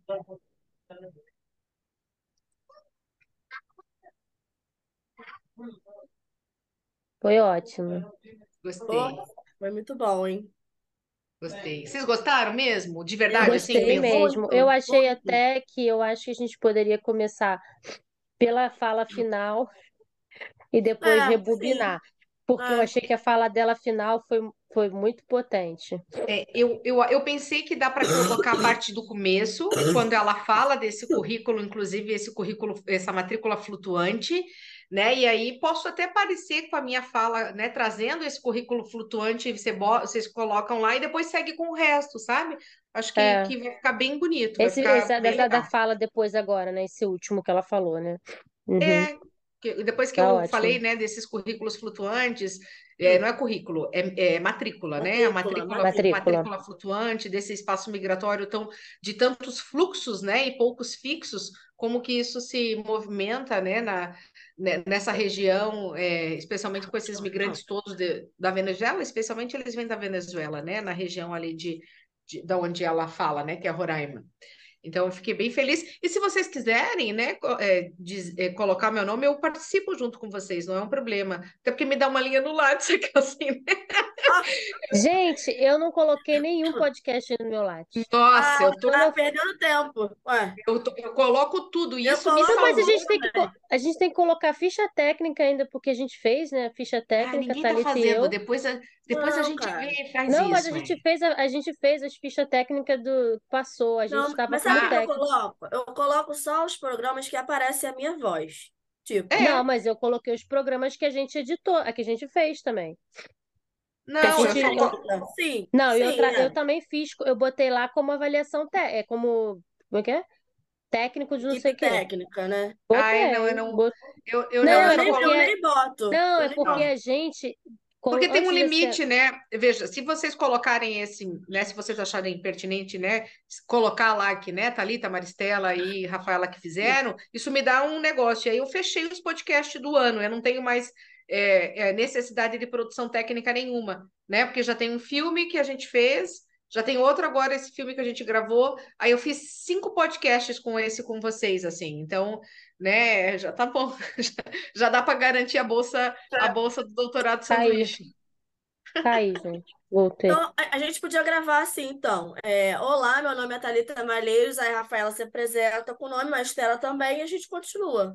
S2: Foi ótimo.
S1: Pô,
S4: Gostei,
S1: foi muito bom, hein?
S4: gostei. Vocês gostaram mesmo? De
S1: Eu
S4: verdade, assim,
S2: Gostei
S1: gostei
S2: mesmo.
S1: muito,
S2: Eu achei
S1: muito.
S2: até que eu acho que a gente poderia começar pela fala final e depois
S1: É, sim.
S2: rebobinar, porque eu
S1: É.
S2: achei que a fala dela final foi muito potente.
S4: Eu pensei que dá para colocar a parte do começo, quando ela fala desse currículo, inclusive esse currículo, essa matrícula flutuante, né? E aí posso até parecer com a minha fala, né? Trazendo esse currículo flutuante, vocês colocam lá e depois segue com o resto, sabe? Acho
S2: É,
S4: que vai ficar bem bonito, vai
S2: esse
S4: ficar
S2: é
S4: bem
S2: da
S4: legal.
S2: fala depois agora, né? Esse último que ela falou, né? Uhum,
S4: É, depois que
S2: tá
S4: eu falei,
S2: ótimo.
S4: né, desses currículos flutuantes,
S1: Hum,
S4: não é currículo, é matrícula, né? A
S2: Matrícula.
S4: matrícula flutuante desse espaço migratório tão, de tantos fluxos, né, e poucos fixos, como que isso se movimenta, nessa região, especialmente com esses migrantes todos da Venezuela, especialmente eles vêm da Venezuela, né, na região ali da onde ela fala, né, que é Roraima. Então, eu fiquei bem feliz. E se vocês quiserem, né, colocar meu nome, eu participo junto com vocês, não é um problema. Até porque me dá uma linha no lado, assim, né?
S1: Ah,
S2: Gente, eu não coloquei nenhum podcast no meu Lattes.
S4: Nossa,
S2: Quando
S1: tá
S2: eu
S1: perdendo tempo. Ué,
S4: eu coloco tudo, e
S1: eu
S4: isso me
S1: coloco
S2: Não, mas
S4: salvou.
S1: também.
S2: a gente tem que colocar ficha técnica ainda, porque a gente fez, né? Ficha
S4: Ah,
S2: técnica,
S4: ninguém tá
S2: Thalita e
S4: fazendo.
S2: eu.
S4: Depois a
S1: Não,
S4: gente vê
S1: cara.
S4: e faz
S2: Não, mas
S4: isso, é.
S2: a gente fez as fichas técnicas do passou, a gente
S1: Não,
S2: estava
S1: mas
S2: como
S1: sabe o que eu
S2: técnico.
S1: coloco? Eu coloco só os programas que aparecem a minha voz. Tipo,
S2: Não,
S4: É,
S2: mas eu coloquei os programas que a gente editou, a que a gente fez também. Que a
S4: não, eu só.
S2: gente,
S1: Catarina. Sim,
S2: não,
S1: sim,
S2: eu
S1: é.
S2: também fiz, eu botei lá como avaliação, como é que é? Técnico de não sei
S1: Equipe
S2: o quê.
S1: técnica, né?
S4: Ai, não, eu
S2: Botei.
S4: não.
S2: Não,
S4: Eu só
S1: Eu
S4: coloco.
S1: nem boto.
S2: não,
S1: Eu
S2: é
S1: nem
S2: porque
S1: boto.
S2: a gente,
S4: Porque tem um
S2: antes desse,
S4: limite, né? Veja, se vocês colocarem esse, né? Se vocês acharem pertinente, né? Colocar lá que, né? Thalita, Maristela e Rafaela que fizeram, isso me dá um negócio. E aí eu fechei os podcasts do ano, eu não tenho mais necessidade de produção técnica nenhuma, né? Porque já tem um filme que a gente fez, já tem outro agora, esse filme que a gente gravou. Aí eu fiz 5 podcasts com esse com vocês, assim. Então, né? Já tá bom. Já dá para garantir a bolsa do doutorado
S2: caí,
S4: sanduíche.
S2: caí, gente. Voltei.
S1: Então, a gente podia gravar assim, então. Olá, meu nome é Thalita Malheiros, aí a Rafaela se apresenta com o nome, mas Estela também, e a gente continua.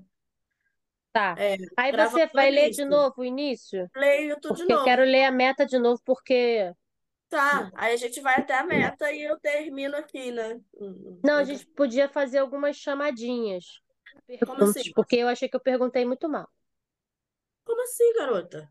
S2: Tá.
S1: É,
S2: Aí
S1: gravando
S2: você
S1: o
S2: vai ler de
S1: início.
S2: novo o início?
S1: Leio tudo de
S2: Porque eu
S1: novo.
S2: quero ler a meta de novo, porque.
S1: Tá, aí a gente vai até a meta e eu termino aqui, né?
S2: Não, a gente podia fazer algumas chamadinhas.
S1: Como assim?
S2: Perguntas, porque eu achei que eu perguntei muito mal.
S1: Como assim, garota?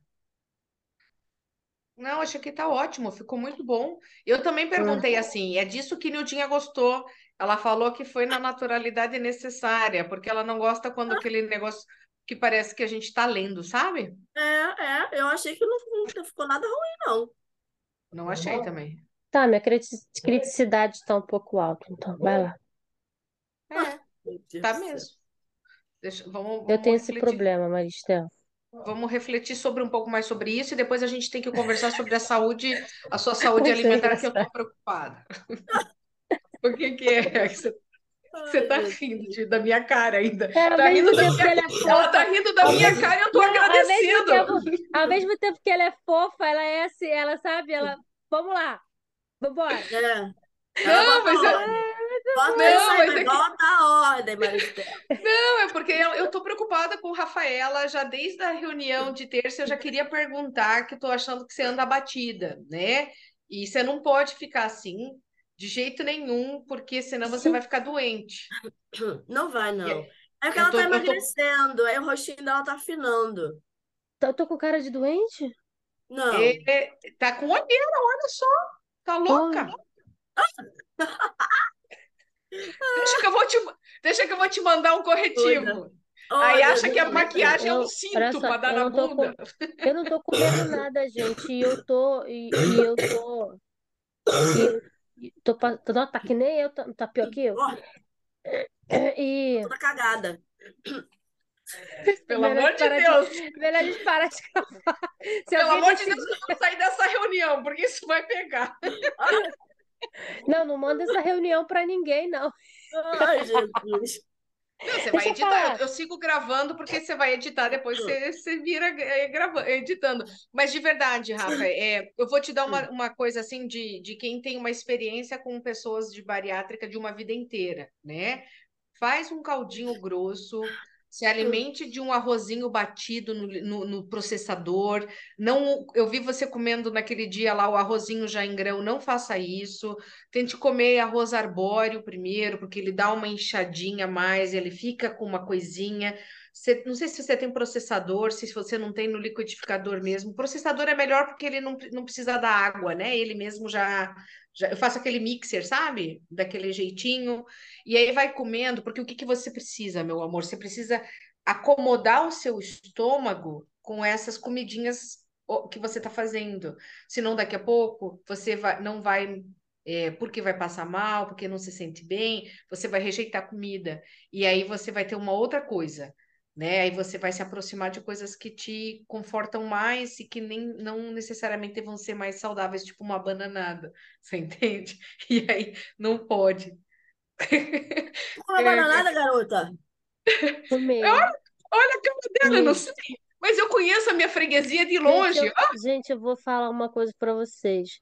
S4: Não, acho que tá ótimo, ficou muito bom. Eu também
S2: Hum.
S4: perguntei assim, é disso que Nildinha gostou. Ela falou que foi na naturalidade necessária, porque ela não gosta quando aquele negócio que parece que a gente está lendo, sabe?
S1: Eu achei que não ficou nada ruim, não.
S4: Não achei também.
S2: Tá, minha criticidade está um pouco alta, então vai lá.
S4: É,
S1: Meu Deus
S4: tá
S1: do céu.
S4: mesmo. Vamos,
S2: Eu
S4: vamos
S2: tenho esse
S4: refletir.
S2: problema, Maristela.
S4: Vamos refletir sobre um pouco mais sobre isso e depois a gente tem que conversar sobre a sua saúde
S2: Isso é
S4: alimentar, que eu
S2: engraçado.
S4: tô preocupada. Por que que é? Você
S1: Ai,
S4: tá
S1: meu
S4: rindo
S1: Deus.
S4: da minha cara ainda.
S2: Ao
S4: Tá
S2: mesmo
S4: rindo da
S2: tempo que
S4: minha...
S2: ela é
S4: Ela tá
S2: fofa,
S4: rindo da
S2: ao
S4: minha
S2: mesmo...
S4: cara e eu tô
S2: Não,
S4: agradecendo.
S2: ao mesmo tempo que ela é fofa, ela é assim, ela sabe, ela... Vamos lá, vambora.
S1: É. Ela
S4: Não,
S1: bota
S4: mas é...
S1: ordem. Bota isso
S4: Não,
S1: aí,
S4: mas
S1: mas
S4: é que...
S1: bota a ordem, Maristela.
S4: Não, é porque eu tô preocupada com Rafaela, já desde a reunião de terça eu já queria perguntar, que eu tô achando que você anda abatida, né? E você não pode ficar assim, de jeito nenhum, porque senão você vai ficar doente.
S1: Não vai,
S4: E
S1: não. É que
S4: eu
S1: ela
S4: tô,
S1: tá
S4: eu tô,
S1: emagrecendo, aí o rostinho dela tá afinando.
S2: Eu tô com cara de doente?
S1: Não.
S4: tá com olheira, olha só, tá
S2: Olha,
S4: louca? Deixa que eu vou te, deixa que eu vou te mandar um
S1: Cuida.
S4: corretivo.
S1: Oh,
S4: Aí acha que a
S1: Jesus.
S4: maquiagem é um
S2: olha
S4: cinto
S2: só,
S4: para dar na bunda.
S2: eu não tô comendo nada, gente, e eu tô, não, tá que nem eu, tá pior que eu.
S1: Ó,
S2: E
S1: toda cagada.
S4: Pelo amor de Deus,
S2: melhor a gente parar de gravar. Se
S4: pelo
S2: alguém
S4: amor de Deus,
S2: decidir.
S4: nós vamos sair dessa reunião, porque isso vai pegar.
S2: Não, não manda essa reunião pra ninguém, não.
S1: Ai, Jesus.
S4: Não, você vai
S2: Deixa eu
S4: editar.
S2: falar.
S4: Eu sigo gravando porque você vai editar, depois você vira gravando, editando. Mas de verdade, Rafa, eu vou te dar uma coisa assim de quem tem uma experiência com pessoas de bariátrica de uma vida inteira, né? Faz um caldinho grosso, se alimente de um arrozinho batido no processador. Não, eu vi você comendo naquele dia lá o arrozinho já em grão, não faça isso. Tente comer arroz arbóreo primeiro, porque ele dá uma inchadinha a mais, ele fica com uma coisinha. Não sei se você tem processador, se você não tem no liquidificador mesmo. O processador é melhor porque ele não precisa da água, né? Ele mesmo já. Eu faço aquele mixer, sabe? Daquele jeitinho. E aí vai comendo, porque o que que você precisa, meu amor? Você precisa acomodar o seu estômago com essas comidinhas que você está fazendo. Senão, daqui a pouco, não vai, porque vai passar mal, porque não se sente bem, você vai rejeitar a comida. E aí você vai ter uma outra coisa. Né? Aí você vai se aproximar de coisas que te confortam mais e que nem não necessariamente vão ser mais saudáveis, tipo uma bananada, você entende? E aí não pode.
S1: Uma bananada, garota.
S2: Comer.
S4: Olha a cara dela, não
S2: Gente,
S4: sei. Mas eu conheço a minha freguesia de
S2: gente,
S4: longe.
S2: gente, eu vou falar uma coisa pra vocês.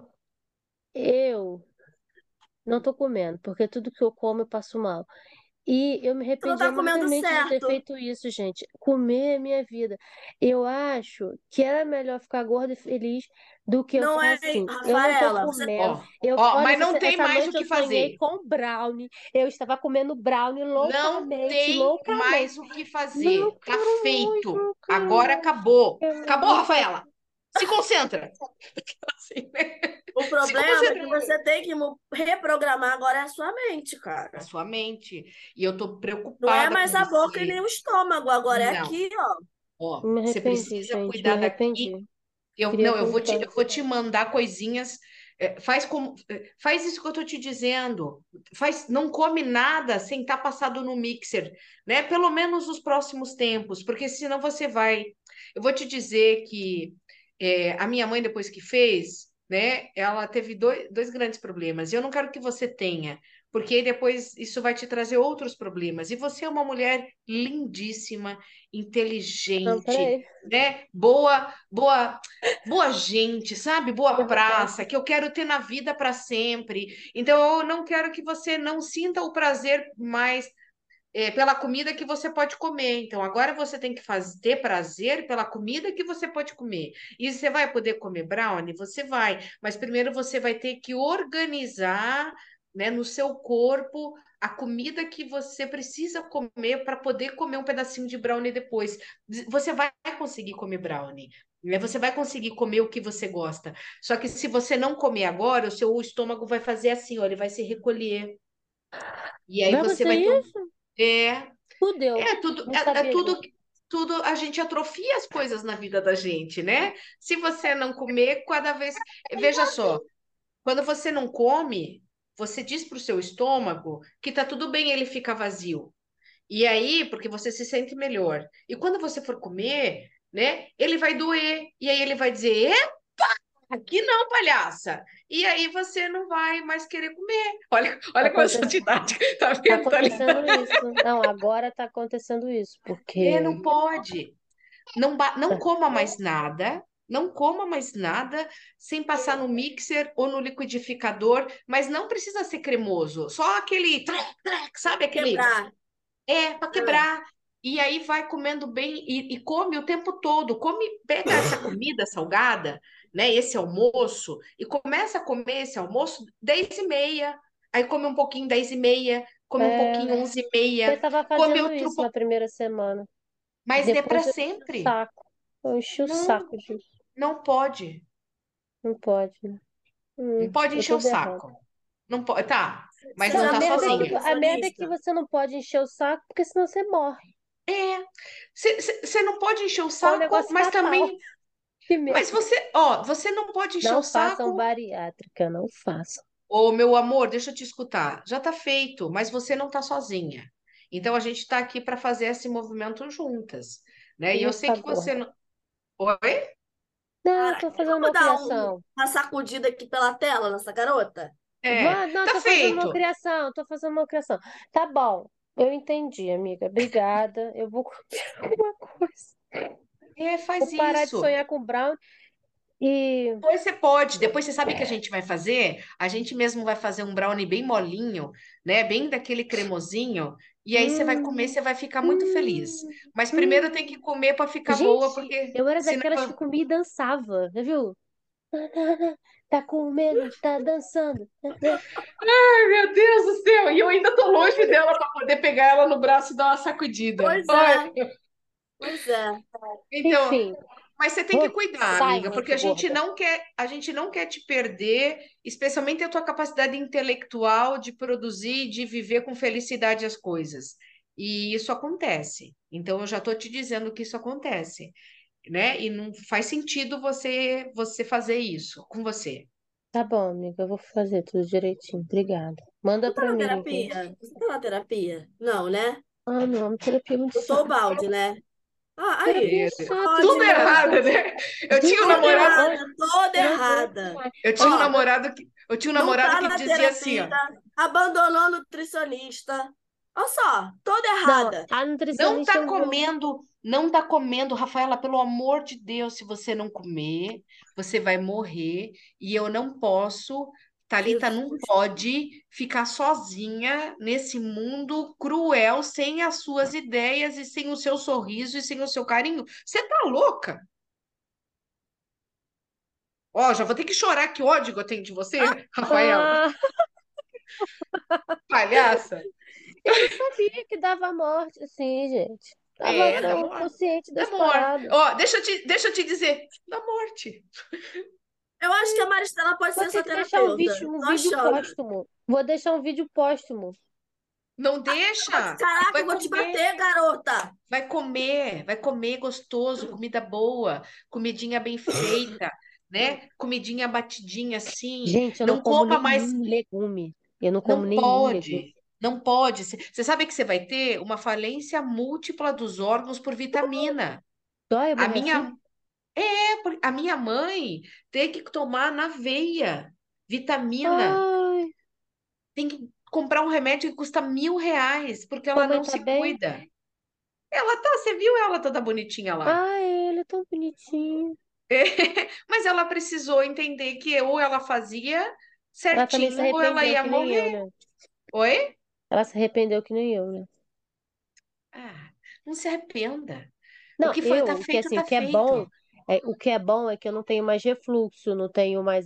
S2: Eu não tô comendo, porque tudo que eu como eu passo mal. E eu me
S1: Você não
S2: arrependi
S1: tá comendo
S2: amargamente de ter
S1: certo.
S2: feito isso, gente. Comer é minha vida. Eu acho que era melhor ficar gorda e feliz do que eu
S1: Não
S2: ficar
S1: é,
S2: assim. Eu não tô
S1: Rafaela, você.
S2: comendo.
S4: Ó, ó,
S2: Olha,
S4: mas não tem
S2: essa
S4: mais o
S2: noite eu
S4: que
S2: sonhei
S4: fazer.
S2: com brownie. Eu estava comendo brownie
S4: Não
S2: loucamente,
S4: tem
S2: loucamente.
S4: mais o que
S2: Não,
S4: fazer.
S2: eu
S4: Tá
S2: quero muito,
S4: feito.
S2: eu quero
S4: Agora
S2: muito.
S4: acabou.
S2: Eu
S4: Acabou,
S2: não quero.
S4: Rafaela. Se concentra. Assim, né?
S1: O
S4: Se
S1: problema é
S4: concentra
S1: que você tem que reprogramar agora a sua mente,
S4: na
S1: cara.
S4: sua mente. E eu tô
S1: Não é
S4: preocupada com
S1: mais a boca e
S4: você.
S1: nem o estômago, agora é
S4: Não.
S1: aqui, ó.
S4: Ó,
S2: Me
S4: você
S2: arrependi,
S4: precisa
S2: gente, me
S4: cuidar daqui.
S2: arrependi.
S4: Eu,
S2: Queria
S4: não, eu
S2: voltar.
S4: vou te mandar coisinhas. Faz isso que eu tô te dizendo. Não come nada sem estar passado no mixer, né? Pelo menos nos próximos tempos, porque senão você vai. Eu vou te dizer que a minha mãe, depois que fez, né? Ela teve dois grandes problemas. E eu não quero que você tenha, porque aí depois isso vai te trazer outros problemas. E você é uma mulher lindíssima,
S2: Não,
S4: inteligente,
S2: peraí.
S4: né? Boa gente, sabe? Boa
S2: Eu vou parar.
S4: praça, que eu quero ter na vida para sempre. Então, eu não quero que você não sinta o prazer mais pela comida que você pode comer. Então, agora você tem que ter prazer pela comida que você pode comer. E você vai poder comer brownie? Você vai, mas primeiro você vai ter que organizar, né, no seu corpo a comida que você precisa comer para poder comer um pedacinho de brownie depois. Você vai conseguir comer brownie. Né? Você vai conseguir comer o que você gosta. Só que se você não comer agora, o seu estômago vai fazer assim, ó, ele vai se recolher. E aí
S2: Vai
S4: você
S2: acontecer
S4: vai ter um.
S2: isso?
S4: É,
S2: Fudeu.
S4: é tudo,
S2: Não
S4: é
S2: sabia
S4: tudo,
S2: disso.
S4: tudo, a gente atrofia as coisas na vida da gente, né? Se você não comer, cada vez. Veja só, quando você não come, você diz para o seu estômago que tá tudo bem ele ficar vazio. E aí, porque você se sente melhor. E quando você for comer, né, ele vai doer. E aí ele vai dizer: aqui não, palhaça. E aí você não vai mais querer comer.
S2: Tá
S4: Olha como eu sou
S2: acontecendo,
S4: didática. Tá
S2: tá
S4: vendo,
S2: acontecendo
S4: Thalita?
S2: isso. Não, agora tá acontecendo isso,
S4: Não
S2: porque
S4: pode. Não coma mais nada. Não coma mais nada sem passar no mixer ou no liquidificador, mas não precisa ser cremoso. Só aquele trec, trec, sabe aquele?
S1: Quebrar.
S4: Para
S1: Ah,
S4: quebrar. E aí vai comendo bem e come o tempo todo. Come, pega essa comida salgada, né? Esse almoço, e começa a comer esse almoço 10h30. Aí come um pouquinho 10h30, come um
S2: é,
S4: pouquinho onze e
S2: eu
S4: meia,
S2: tava
S4: come
S2: fazendo
S4: outro
S2: isso na
S4: pouco,
S2: primeira semana.
S4: mas não é para
S2: Depois eu enchi o
S4: sempre.
S2: saco. Eu enchi o
S4: Não,
S2: saco disso.
S4: não pode.
S2: Não pode, né?
S4: Não pode
S2: Eu
S4: encher
S2: tô
S4: o
S2: errado.
S4: saco. Não pode, tá, mas
S1: você
S2: Não,
S4: não
S1: já
S4: tá
S1: falou
S4: sozinha.
S2: a merda é que
S1: nutricionista?
S2: você não pode encher o saco, porque senão você morre.
S4: É, você não pode encher o
S2: É um
S4: saco,
S2: negócio
S4: mas
S2: fatal.
S4: também,
S2: Que
S4: mas
S2: merda.
S4: você não pode encher
S2: Não
S4: o
S2: façam
S4: saco.
S2: bariátrica, não façam.
S4: Ô, meu amor, deixa eu te escutar. Já tá feito, mas você não tá sozinha. Então a gente tá aqui para fazer esse movimento juntas, né?
S2: Eu
S4: E
S2: vou
S4: eu sei
S2: ficar
S4: que você
S2: gorda.
S4: não. Oi?
S2: Não, eu
S1: Caraca,
S2: tô fazendo
S1: vamos dar
S2: malcriação.
S1: uma sacudida aqui pela tela nessa garota?
S2: Não,
S4: Tá
S2: tô fazendo
S4: feito.
S2: malcriação, tô fazendo malcriação. Tá bom, eu entendi, amiga. Obrigada. Eu vou comer alguma coisa. Vou
S4: Faz
S2: parar de
S4: isso.
S2: sonhar com brown e.
S4: Depois você pode, depois você sabe o que a gente vai fazer? A gente mesmo vai fazer um brownie bem molinho, né? Bem daquele cremosinho, e aí você vai comer,
S2: Hum,
S4: você vai ficar muito feliz.
S2: hum,
S4: Mas primeiro tem que
S2: hum.
S4: comer para ficar boa,
S2: Gente,
S4: porque
S2: eu era
S4: senão.
S2: daquelas que comia e dançava, já viu? Tá comendo, tá dançando.
S4: Ai, meu Deus do céu! E eu ainda tô longe dela para poder pegar ela no braço e dar uma sacudida.
S1: Pois
S4: Ai,
S1: é, pois é.
S4: então,
S2: Enfim,
S4: mas você tem que cuidar, amiga, porque
S2: silent, gorda.
S4: a gente não quer te perder, especialmente a tua capacidade intelectual de produzir, de viver com felicidade as coisas. E isso acontece. Então, eu já estou te dizendo que isso acontece, né? E não faz sentido você fazer isso com você.
S2: Tá bom, amiga, eu vou fazer tudo direitinho. Obrigada. Manda
S1: Você tá
S2: pra
S1: na
S2: mim, viu?
S1: terapia? Você tá na terapia? Não, né?
S2: Ah, não, terapia é muito
S1: Chutou o
S2: chato.
S1: balde, né? Ah,
S2: Terapia
S1: aí.
S2: é chato
S1: Pode,
S4: Tudo
S1: né?
S2: demais.
S4: errado, né? Eu tinha um
S2: Demais.
S1: Toda
S4: namorado,
S2: Olha,
S1: errada, toda
S2: eu não aguento
S1: errada.
S2: mais.
S4: eu tinha um
S2: Olha,
S1: Ó,
S4: namorado que eu tinha um
S1: não
S4: namorado
S1: tá
S4: que
S1: na
S4: dizia assim,
S1: terapia,
S4: ó,
S1: abandonou a nutricionista. Olha só, toda
S2: não,
S1: errada.
S2: a nutricionista não.
S4: não tá comendo, Rafaela, pelo amor de Deus, se você não comer, você vai morrer e eu não posso, Thalita não
S1: Jesus.
S4: pode ficar sozinha nesse mundo cruel sem as suas ideias e sem o seu sorriso e sem o seu carinho. Você tá louca? Ó, já vou ter que chorar, que ódio que eu tenho de você, Rafaela.
S2: Ah,
S4: Palhaça.
S2: eu não sabia que dava morte, assim, gente. Tava
S4: Dá
S2: tão
S4: morte.
S2: consciente
S4: Dá
S2: das
S4: morte.
S2: paradas.
S4: Ó, deixa eu te dizer, dá morte.
S1: Eu acho que a Maristela pode
S2: Vou
S1: ser
S2: ter
S1: sua
S2: que deixar
S1: terapeuta.
S2: um
S1: Tô
S2: vídeo
S1: achando.
S2: póstumo. Vou deixar um vídeo póstumo.
S4: Não deixa.
S1: Caraca, eu
S4: Vai
S1: vou te
S4: comer,
S1: bater, garota.
S4: vai comer gostoso, comida boa, comidinha bem feita, né? Comidinha batidinha assim.
S2: Gente, eu não
S4: Não
S2: como
S4: coma mais,
S2: nenhum legume. Eu não como
S4: não
S2: nenhum legume.
S4: pode. Não pode. Você sabe que você vai ter uma falência múltipla dos órgãos por vitamina.
S2: Dói a
S4: A
S2: borrachinha?
S4: minha, a minha mãe tem que tomar na veia vitamina.
S2: Ai,
S4: Tem que comprar um remédio que custa R$ 1.000, porque
S2: sua
S4: ela
S2: mãe
S4: não
S2: tá
S4: se
S2: bem?
S4: cuida. Você viu ela toda bonitinha lá.
S2: Ai, ele é tão bonitinho.
S4: Mas ela precisou entender que ou ela fazia
S2: Ela também se
S4: certinho ou ela
S2: arrependeu
S4: ia
S2: que nem eu,
S4: morrer.
S2: né?
S4: Oi?
S2: Ela se arrependeu que nem eu, né?
S4: Ah, não se arrependa. O
S2: Não,
S4: que foi, tá feito,
S2: o
S4: tá
S2: que é
S4: feito.
S2: bom, o que é bom é que eu não tenho mais refluxo, não tenho mais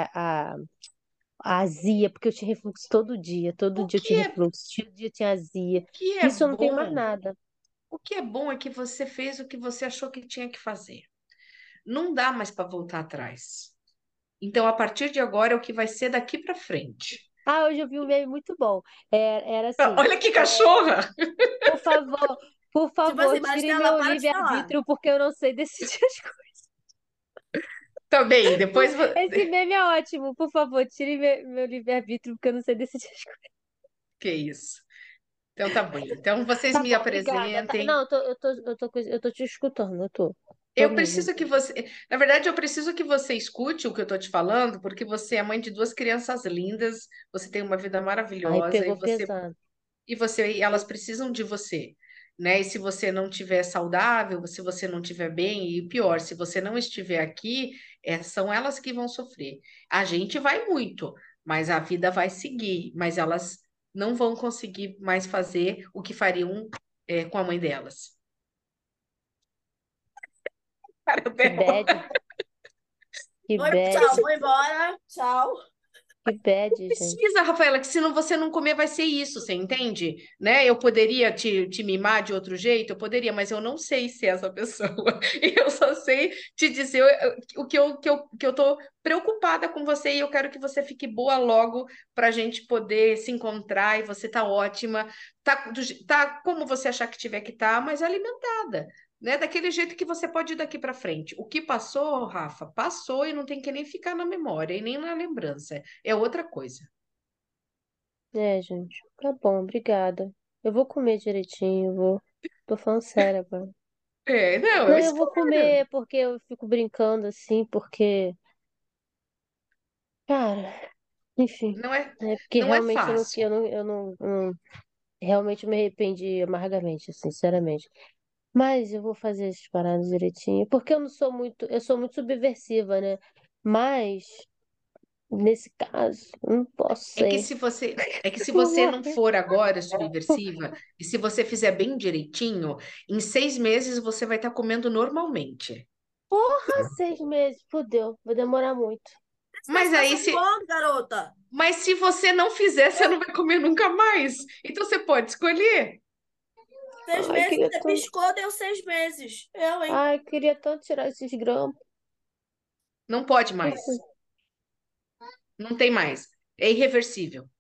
S2: a azia, porque eu tinha refluxo todo
S4: O
S2: dia eu
S4: que
S2: tinha
S4: é,
S2: refluxo, todo dia eu tinha azia.
S4: o que é
S2: Isso eu não tenho mais
S4: bom,
S2: nada.
S4: o que é bom é que você fez o que você achou que tinha que fazer. Não dá mais para voltar atrás. Então, a partir de agora, é o que vai ser daqui para frente.
S2: Ah, hoje eu vi um meme muito bom. Era assim,
S4: Olha que cachorra!
S2: por favor, Por
S1: Tipo
S2: favor,
S1: assim,
S2: tirem
S1: Maristela,
S2: meu
S1: para de falar.
S2: livre-arbítrio, porque eu não sei decidir as
S4: Também, depois.
S2: coisas. Esse meme é ótimo. Por favor, tirem meu livre-arbítrio, porque eu não sei decidir as coisas.
S4: Que isso. Então tá bem. Então vocês
S2: Tá
S4: me
S2: bom, obrigada.
S4: apresentem.
S2: Não, eu tô te escutando, tô
S4: Eu
S2: mesmo.
S4: preciso que você. Na verdade, eu preciso que você escute o que eu estou te falando, porque você é mãe de duas crianças lindas, você tem uma vida
S2: Aí
S4: maravilhosa
S2: pegou pesado.
S4: e elas precisam de você, né? E se você não estiver saudável, se você não estiver bem, e pior, se você não estiver aqui, são elas que vão sofrer. A gente vai muito, mas a vida vai seguir, mas elas não vão conseguir mais fazer o que fariam, com a mãe delas. Cara
S2: Que
S4: dela.
S2: bad, que
S1: Oi,
S2: bad,
S1: tchau, vou embora. Tchau.
S2: que bad, gente.
S4: Precisa, Rafaela, que se não você não comer, vai ser isso, você entende? Né? Eu poderia te mimar de outro jeito, eu poderia, mas eu não sei ser essa pessoa. E eu só sei te dizer o que eu tô preocupada com você e eu quero que você fique boa logo para a gente poder se encontrar e você tá ótima, tá como você achar que tiver que estar, mas alimentada. Né, daquele jeito que você pode ir daqui para frente. O que passou, Rafa, passou e não tem que nem ficar na memória e nem na lembrança. É outra coisa.
S2: É, gente. Tá bom, obrigada. Eu vou comer direitinho, vou. Tô falando sério agora.
S4: Não, eu
S2: Não, eu vou
S4: espero.
S2: comer porque eu fico brincando assim, porque, cara, enfim,
S4: Não é,
S2: é porque
S4: não é
S2: realmente
S4: fácil.
S2: realmente me arrependi amargamente, sinceramente. Mas eu vou fazer essas paradas direitinho, porque eu sou muito subversiva, né? Mas nesse caso, eu não posso ser.
S4: É que se
S2: Vou
S4: você não
S2: morrer.
S4: for agora subversiva, e se você fizer bem direitinho, em 6 meses você vai estar comendo normalmente.
S2: Porra, 6 meses, fudeu, vai demorar muito.
S1: Vocês
S4: Mas aí
S1: passam
S4: se,
S1: quando, garota?
S4: mas se você não fizer, você não vai comer nunca mais. Então você pode escolher.
S1: 6 meses, você piscou, deu 6 meses. Eu, hein?
S2: Ai, queria tanto tirar esses grampos.
S4: Não pode mais. Não tem mais. É irreversível.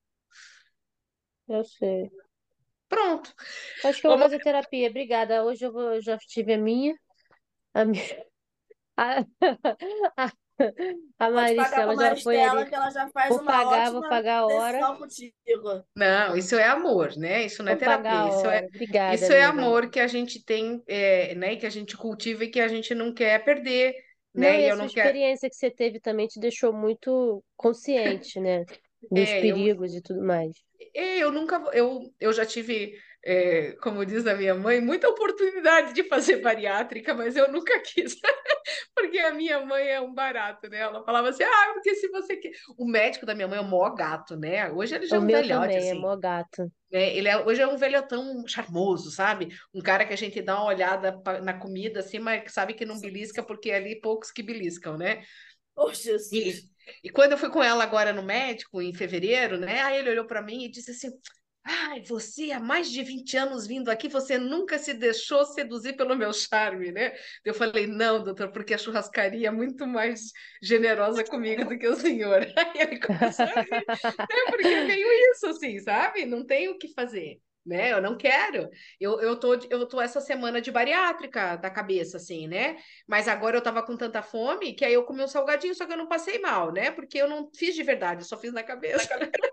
S2: Eu sei.
S4: Pronto.
S2: Acho que eu vou
S4: Vamos.
S2: fazer terapia. Obrigada. Hoje eu já tive a minha, a, a, a
S1: Pode pagar para
S2: Maristela já foi ali.
S1: Maristela, que ela já faz uma
S2: Vou
S1: ótima
S2: pagar a hora.
S1: sessão contigo.
S4: Não, isso é amor, né? Isso não é
S2: Vou pagar
S4: terapia.
S2: a hora. Obrigada,
S4: Isso é
S2: amiga.
S4: amor que a gente tem, né? Que a gente cultiva e que a gente não quer perder,
S2: Não,
S4: né?
S2: e
S4: E
S2: a
S4: eu
S2: sua
S4: não quero.
S2: experiência que você teve também te deixou muito consciente, né? Dos
S4: É, eu,
S2: perigos e tudo mais.
S4: eu nunca. Eu já tive, como diz a minha mãe, muita oportunidade de fazer bariátrica, mas eu nunca quis. Porque a minha mãe é um barato, né? Ela falava assim, porque se você quer. O médico da minha mãe é o maior gato, né? Hoje ele já
S2: O
S4: é um
S2: meu
S4: velhote,
S2: também, é
S4: assim.
S2: mó gato.
S4: Né? Hoje é um velhotão charmoso, sabe? Um cara que a gente dá uma olhada na comida, assim, mas sabe que não belisca, porque é ali poucos que beliscam, né?
S1: Oh,
S4: E,
S1: Jesus.
S4: e quando eu fui com ela agora no médico, em fevereiro, né? Aí ele olhou para mim e disse assim: Ai, você há mais de 20 anos vindo aqui, você nunca se deixou seduzir pelo meu charme, né? Eu falei: Não, doutor, porque a churrascaria é muito mais generosa comigo do que o senhor. Aí ele começou a rir, né? Porque é meio isso, assim, sabe? Não tem o que fazer. Né? Eu não quero. Eu tô essa semana de bariátrica da cabeça, assim, né? Mas agora eu tava com tanta fome que aí eu comi um salgadinho, só que eu não passei mal, né? Porque eu não fiz de verdade, eu só fiz na cabeça.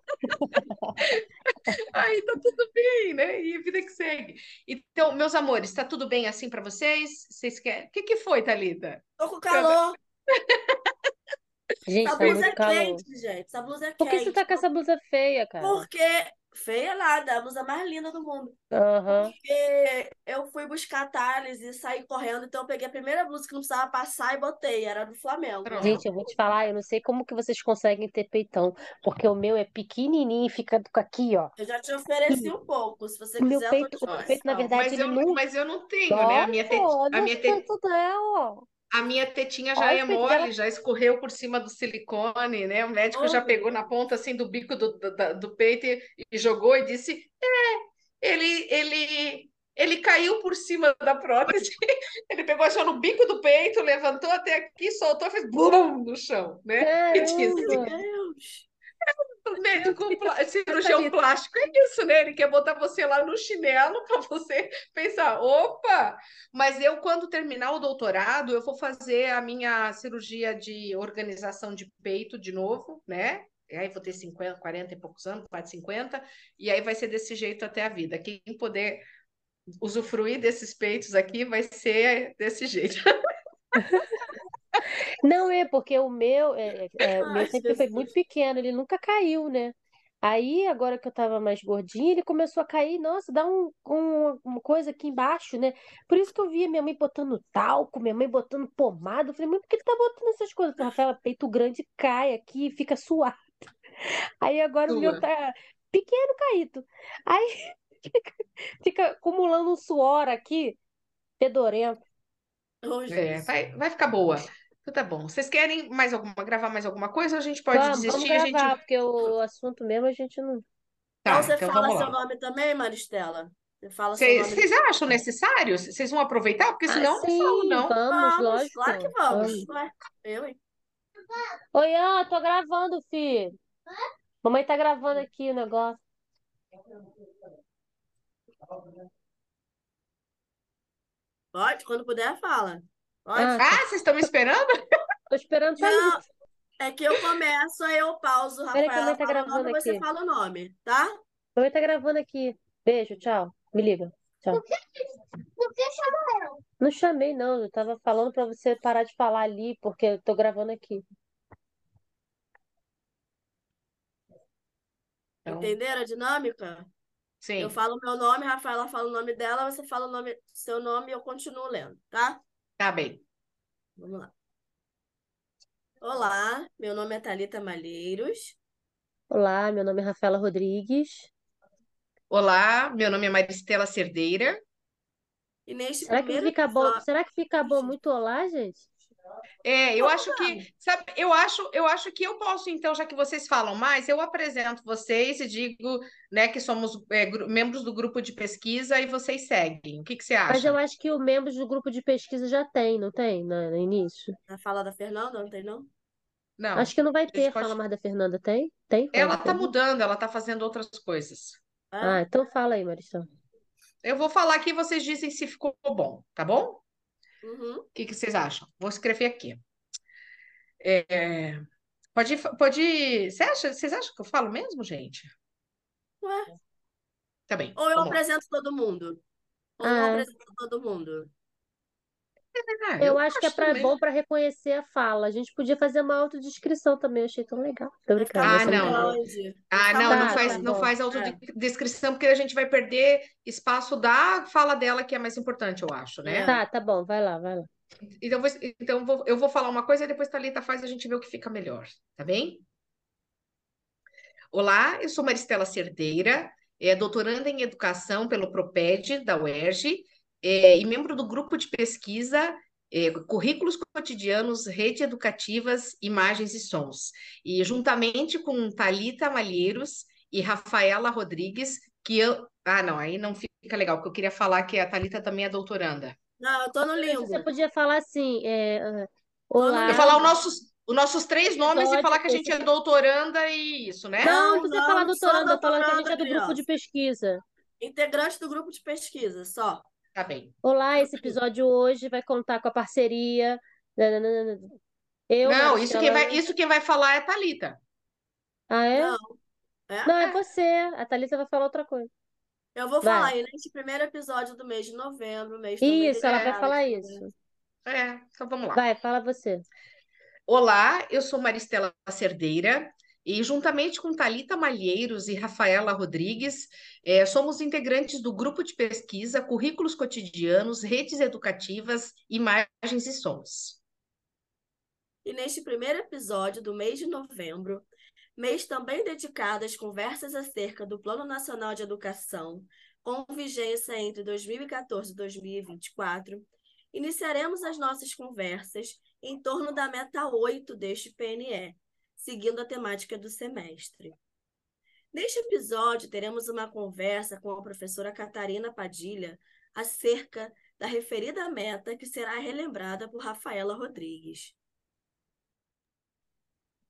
S4: Aí tá tudo bem, né? E a vida que segue. Então, meus amores, tá tudo bem assim pra vocês? Vocês querem? O que que foi, Thalita?
S1: Tô com calor.
S2: Gente,
S1: Essa
S2: tá
S1: blusa
S2: muito
S1: é
S2: calor.
S1: quente, gente. Essa blusa é
S2: Por que você tá
S1: quente.
S2: com essa blusa feia, cara?
S1: Porque feia nada, a blusa mais linda do mundo.
S2: Aham.
S1: Porque eu fui buscar a Thales e saí correndo, então eu peguei a primeira blusa que não precisava passar e botei. Era do Flamengo, né?
S2: Gente,
S4: Pronto.
S2: eu vou te falar, eu não sei como que vocês conseguem ter peitão, porque o meu é pequenininho e fica aqui, ó.
S1: Eu já te
S2: Aqui.
S1: ofereci um pouco. Se você
S2: O meu
S1: quiser, eu tô
S2: peito, o meu peito, na
S1: disposição.
S2: verdade,
S4: Mas
S2: ele
S4: eu,
S2: não
S4: mas eu não tenho, né?
S2: dói, pô.
S4: A
S2: Olha o
S4: minha,
S2: peito dela.
S4: a minha tetinha já
S2: Olha
S4: é
S2: o peito dela.
S4: mole, já escorreu por cima do silicone, né? O médico
S1: Oh,
S4: já
S1: meu
S4: pegou na
S1: Deus.
S4: ponta assim do bico do peito e jogou e disse: ele caiu por cima da prótese, ele pegou só no bico do peito, levantou até aqui, soltou, fez BUM no chão, né? E disse:
S1: Meu
S2: Caramba!
S1: Deus.
S4: O médico cirurgião
S2: Thalita.
S4: plástico é isso, né? Ele quer botar você lá no chinelo para você pensar, opa! Mas eu, quando terminar o doutorado, eu vou fazer a minha cirurgia de organização de peito de novo, né? E aí vou ter 50, 40 e poucos anos, quase 50, e aí vai ser desse jeito até a vida. Quem puder usufruir desses peitos aqui vai ser desse jeito.
S2: Não é, porque o meu
S1: Ai,
S2: sempre foi muito
S1: Jesus.
S2: pequeno, ele nunca caiu, né? Aí, agora que eu tava mais gordinha, ele começou a cair. Nossa, dá uma coisa aqui embaixo, né? Por isso que eu via minha mãe botando talco, minha mãe botando pomada. Eu falei, mãe, por que que tá botando essas coisas? Eu falei, Rafaela, peito grande cai aqui, fica suado. Aí agora o meu
S4: Sua.
S2: tá pequeno, caído. Aí fica acumulando um suor aqui, fedorento.
S1: Oh,
S4: É,
S1: Jesus.
S4: vai ficar boa. Então tá bom. Vocês querem gravar mais alguma coisa ou a gente pode
S2: Vamos
S4: desistir e a gente.
S2: gravar, porque o assunto mesmo a gente não.
S1: Então
S4: Tá,
S1: você
S4: então
S1: fala
S4: vamos
S1: seu
S4: lá.
S1: nome também, Maristela? Você fala seu nome
S4: Vocês
S1: depois.
S4: acham necessário? Vocês vão aproveitar? Porque
S2: Ah,
S4: senão eu não falo,
S2: sim,
S4: não.
S2: vamos,
S1: Vamos, claro que
S2: lógico.
S1: vamos.
S2: Vamos.
S1: Ué, eu, hein?
S2: Oi, tô gravando, filho. Mamãe tá gravando aqui o negócio.
S1: Pode, quando puder, fala.
S2: Ah,
S1: Pode?
S2: tá.
S4: Ah, vocês estão me esperando?
S2: Tô esperando
S1: Não,
S2: Thalita.
S1: é que eu começo, aí eu pauso,
S2: Peraí que a mamãe
S1: Rafaela
S2: tá
S1: fala o nome
S2: gravando
S1: e você
S2: aqui.
S1: fala o nome, tá?
S2: Mamãe tá gravando aqui. Beijo, tchau. Me liga. Tchau. Não chamei, não. Eu tava falando pra você parar de falar ali, porque eu tô gravando aqui.
S4: Então,
S1: Entenderam a dinâmica? Eu
S4: sim,
S1: falo o meu nome, Rafaela fala o nome dela, você fala o nome, seu nome e eu continuo lendo, tá?
S4: tá bem.
S1: Vamos lá. Olá, meu nome é Thalita Malheiros
S2: Olá, meu nome é Rafaela Rodrigues.
S4: Olá, meu nome é Maristela Cerdeira.
S1: e neste
S2: Será que
S1: primeiro
S2: fica bom?
S1: episódio...
S2: Será que fica bom muito olá, gente?
S4: É, eu acho que,
S1: Não,
S4: sabe, eu acho que eu posso, então, já que vocês falam mais, eu apresento vocês e digo, né, que somos membros do grupo de pesquisa e vocês seguem. O que que você
S2: Mas eu
S4: acha?
S2: acho que o membros do grupo de pesquisa já tem, não tem? No início.
S1: a fala da Fernanda, não tem não?
S4: Não,
S2: Acho que não vai
S4: a gente
S2: ter Fala
S4: pode.
S2: Mais da Fernanda. Tem? Tem Fala
S4: Ela
S2: da
S4: tá
S2: Fernanda?
S4: mudando, ela tá fazendo outras coisas.
S1: É?
S2: Ah, então fala aí, Maristão.
S4: Eu vou falar aqui e vocês dizem se ficou bom, tá bom? O
S1: Uhum.
S4: que que vocês acham? Vou escrever aqui. É, vocês acham que eu falo mesmo, gente?
S1: Ué?
S4: Tá bem,
S1: Ou eu
S4: vamos lá.
S1: apresento todo mundo? Ou não
S2: Ah,
S1: apresento todo mundo?
S4: Ah,
S2: eu
S4: eu
S2: acho que
S4: acho
S2: bom
S4: também.
S2: para reconhecer a fala. A gente podia fazer uma autodescrição também, eu achei tão legal. Tô
S1: Vai ficar
S2: brincando,
S4: Ah,
S1: muito
S2: essa não.
S4: não.
S1: grande. Vai
S4: Ah,
S1: ficar
S4: não,
S1: muito
S2: Tá, tá
S4: não
S2: bom.
S1: grande.
S4: faz
S1: É.
S4: autodescrição, porque a gente vai perder espaço da fala dela, que é mais importante, eu acho, né?
S1: É.
S2: Tá bom, vai lá, vai lá.
S4: Eu vou falar uma coisa e depois a Thalita faz e a gente vê o que fica melhor, tá bem? Olá, eu sou Maristela Cerdeira, doutoranda em Educação pelo PROPED, da UERJ, e membro do grupo de pesquisa Currículos Cotidianos, Rede Educativas, Imagens e Sons. E juntamente com Thalita Malheiros e Rafaela Rodrigues, que eu... Ah, não, aí não fica legal, porque eu queria falar que a Thalita também é doutoranda.
S1: Não, eu tô no
S2: Mas você
S1: limbo.
S2: podia falar assim,
S1: Tô no
S4: Eu
S2: olá,
S4: falar
S1: limbo.
S4: os nossos três nomes e falar que a gente é doutoranda e isso, né?
S2: Não, não
S1: Não,
S2: precisa falar
S1: não, sou
S2: doutoranda, fala que a gente
S1: doutoranda,
S2: é do grupo de
S1: criança.
S2: pesquisa.
S1: Integrante do grupo de pesquisa, só.
S4: Tá bem.
S2: Olá, esse episódio hoje vai contar com a parceria. Nananana. Eu,
S4: Não,
S2: Maristela.
S4: isso quem vai falar é a Thalita.
S2: Ah, é?
S1: Não, é?
S2: Não, é
S4: É.
S2: você. A Thalita vai falar outra coisa.
S1: Eu vou falar
S2: Vai.
S1: aí neste primeiro episódio do mês de novembro, mês também
S2: Isso, ela vai
S4: É,
S1: dedicado às
S2: falar isso.
S1: conversas.
S4: então vamos lá.
S2: Vai, fala você.
S4: Olá, eu sou Maristela Cerdeira e juntamente com Thalita Malheiros e Rafaela Rodrigues, somos integrantes do grupo de pesquisa Currículos Cotidianos, Redes Educativas, Imagens e Sons.
S1: E neste primeiro episódio do mês de novembro, mês também dedicado às conversas acerca do Plano Nacional de Educação, com vigência entre 2014 e 2024, iniciaremos as nossas conversas em torno da meta 8 deste PNE, seguindo a temática do semestre. Neste episódio, teremos uma conversa com a professora Catarina Padilha acerca da referida meta que será relembrada por Rafaela Rodrigues.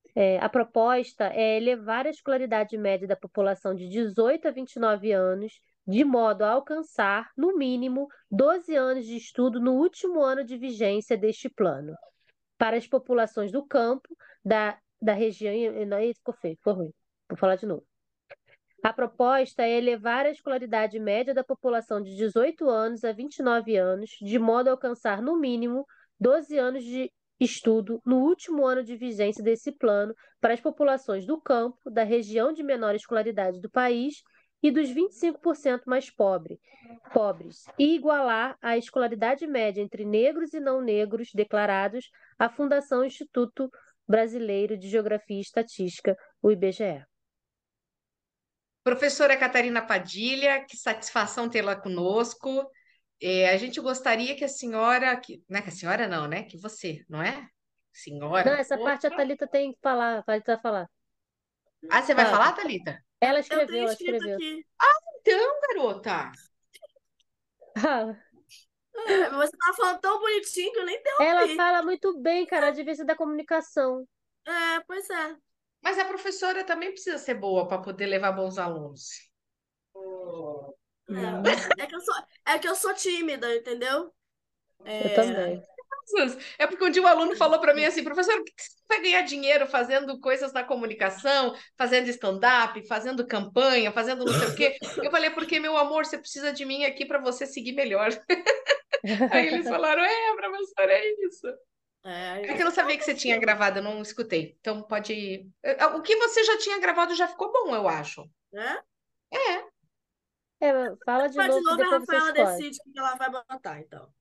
S2: A proposta é elevar a escolaridade média da população de 18 a 29 anos, de modo a alcançar, no mínimo, 12 anos de estudo no último ano de vigência deste plano. Para as populações do campo, da região. Aí ficou feio, ficou ruim. Vou falar de novo. A proposta é elevar a escolaridade média da população de 18 anos a 29 anos, de modo a alcançar, no mínimo, 12 anos de estudo no último ano de vigência desse plano para as populações do campo, da região de menor escolaridade do país e dos 25% mais pobres, e igualar a escolaridade média entre negros e não negros declarados à Fundação Instituto Brasileiro de Geografia e Estatística, o IBGE.
S4: Professora Catarina Padilha, que satisfação tê-la conosco. A gente gostaria que a senhora, não é que a senhora não, né? Que você, não é?
S2: Não,
S4: Senhora.
S2: essa parte a Thalita tem que falar. A Thalita vai falar.
S4: Ah, você vai
S2: Fala.
S4: falar, Thalita?
S2: Ela
S1: Eu
S2: escreveu,
S1: tenho
S2: ela
S1: escrito
S2: escreveu.
S1: aqui.
S4: Então, garota.
S1: Você tá falando tão bonitinho que eu nem
S2: Ela
S1: interrompi.
S2: fala muito bem, cara, a vivência da comunicação.
S1: Pois é.
S4: Mas a professora também precisa ser boa para poder levar bons alunos.
S1: É que eu sou tímida, entendeu?
S2: Eu também.
S4: É porque um dia um aluno falou para mim assim, professor, por que você vai ganhar dinheiro fazendo coisas na comunicação, fazendo stand-up, fazendo campanha, fazendo não sei o quê? Eu falei, porque, meu amor, você precisa de mim aqui para você seguir melhor. Aí eles falaram, professora, é isso. É que eu não sabia que você tinha gravado, eu não escutei. Então pode. O que você já tinha gravado já ficou bom, eu acho.
S1: Né?
S2: Fala de
S1: Mas de
S2: novo que
S1: novo a
S2: depois você
S1: Rafaela
S2: escolhe.
S1: decide o que ela vai botar, então.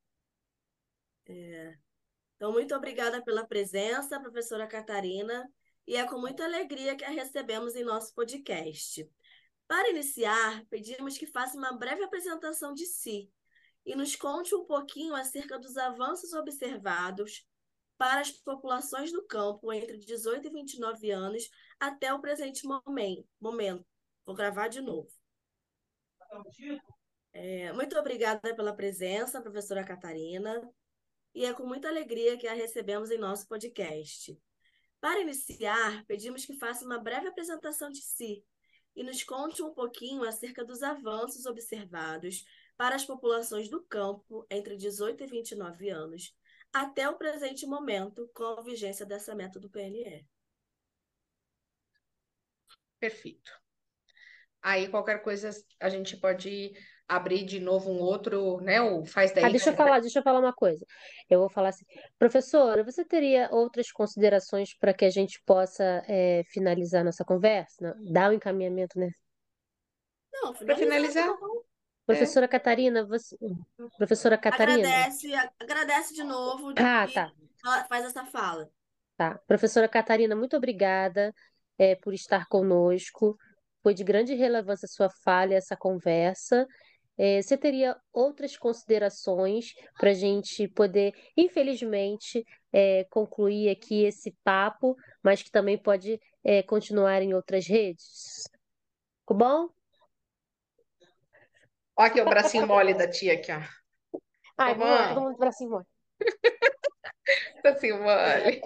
S1: Então, muito obrigada pela presença, professora Catarina, e é com muita alegria que a recebemos em nosso podcast. Para iniciar, pedimos que faça uma breve apresentação de si e nos conte um pouquinho acerca dos avanços observados para as populações do campo entre 18 e 29 anos até o presente momento. Vou gravar de novo. Muito obrigada pela presença, professora Catarina, e é com muita alegria que a recebemos em nosso podcast. Para iniciar, pedimos que faça uma breve apresentação de si e nos conte um pouquinho acerca dos avanços observados para as populações do campo entre 18 e 29 anos, até o presente momento, com a vigência dessa meta do PNE.
S4: Perfeito. Aí qualquer coisa a gente pode abrir de novo um outro, né? Ou faz daí.
S2: Deixa eu falar uma coisa. Eu vou falar assim, professora, você teria outras considerações para que a gente possa finalizar nossa conversa? Dar um encaminhamento, né?
S1: Não,
S4: Para finalizar,
S2: Professora Catarina, Professora Catarina.
S1: Agradece de novo
S2: Tá.
S1: ela faz essa fala.
S2: Tá. Professora Catarina, muito obrigada por estar conosco. Foi de grande relevância a sua fala, essa conversa. Você teria outras considerações para a gente poder, infelizmente, concluir aqui esse papo, mas que também pode continuar em outras redes? Ficou bom?
S4: Olha aqui o bracinho mole da tia aqui, ó.
S2: Ai, vamos lá, todo mundo bracinho mole.
S4: Bracinho mole.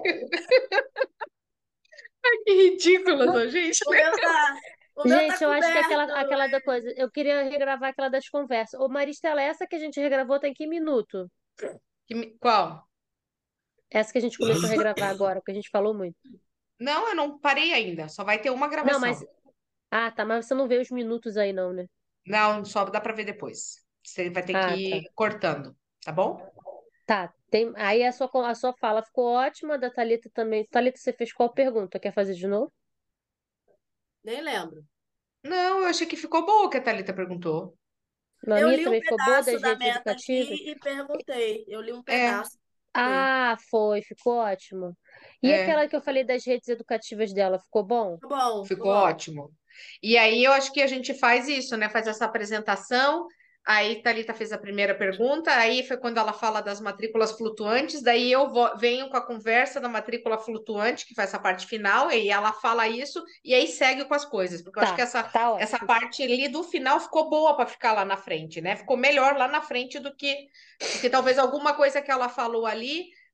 S4: Ai, que ridícula essa gente.
S1: O meu
S2: Gente,
S1: tá
S2: eu acho que
S1: coberto.
S2: aquela da coisa. Eu queria regravar aquela das conversas. Ô, Maristela, essa que a gente regravou tem que minuto?
S4: Qual?
S2: Essa que a gente começou a regravar agora, porque a gente falou muito.
S4: Não, eu não parei ainda. Só vai ter uma
S2: Não,
S4: gravação.
S2: mas. Ah, tá, mas você não vê os minutos aí, não, né?
S4: Não, só dá para ver depois. Você vai ter que ir cortando, tá bom?
S2: Tá, aí a sua fala ficou ótima, da Thalita também. Thalita, você fez qual pergunta? Quer fazer de novo?
S1: Nem lembro.
S4: Não, eu achei que ficou boa o que a Thalita perguntou.
S2: A
S1: Eu
S2: minha
S1: li um
S2: também ficou boa,
S1: pedaço
S2: das
S1: da
S2: redes
S1: meta
S2: educativas?
S1: aqui e perguntei. Eu li um
S4: É,
S1: pedaço.
S2: Ah, ficou ótimo. E aquela que eu falei das redes educativas dela, ficou bom?
S1: Tá bom,
S4: ficou ótimo. E aí eu acho que a gente faz isso, né? Faz essa apresentação. Aí Thalita fez a primeira pergunta, aí foi quando ela fala das matrículas flutuantes, daí eu venho com a conversa da matrícula flutuante, que faz essa parte final, e ela fala isso, e aí segue com as coisas, porque eu acho que essa parte ali do final ficou boa para ficar lá na frente, né? Ficou melhor lá na frente do que talvez alguma coisa que ela falou ali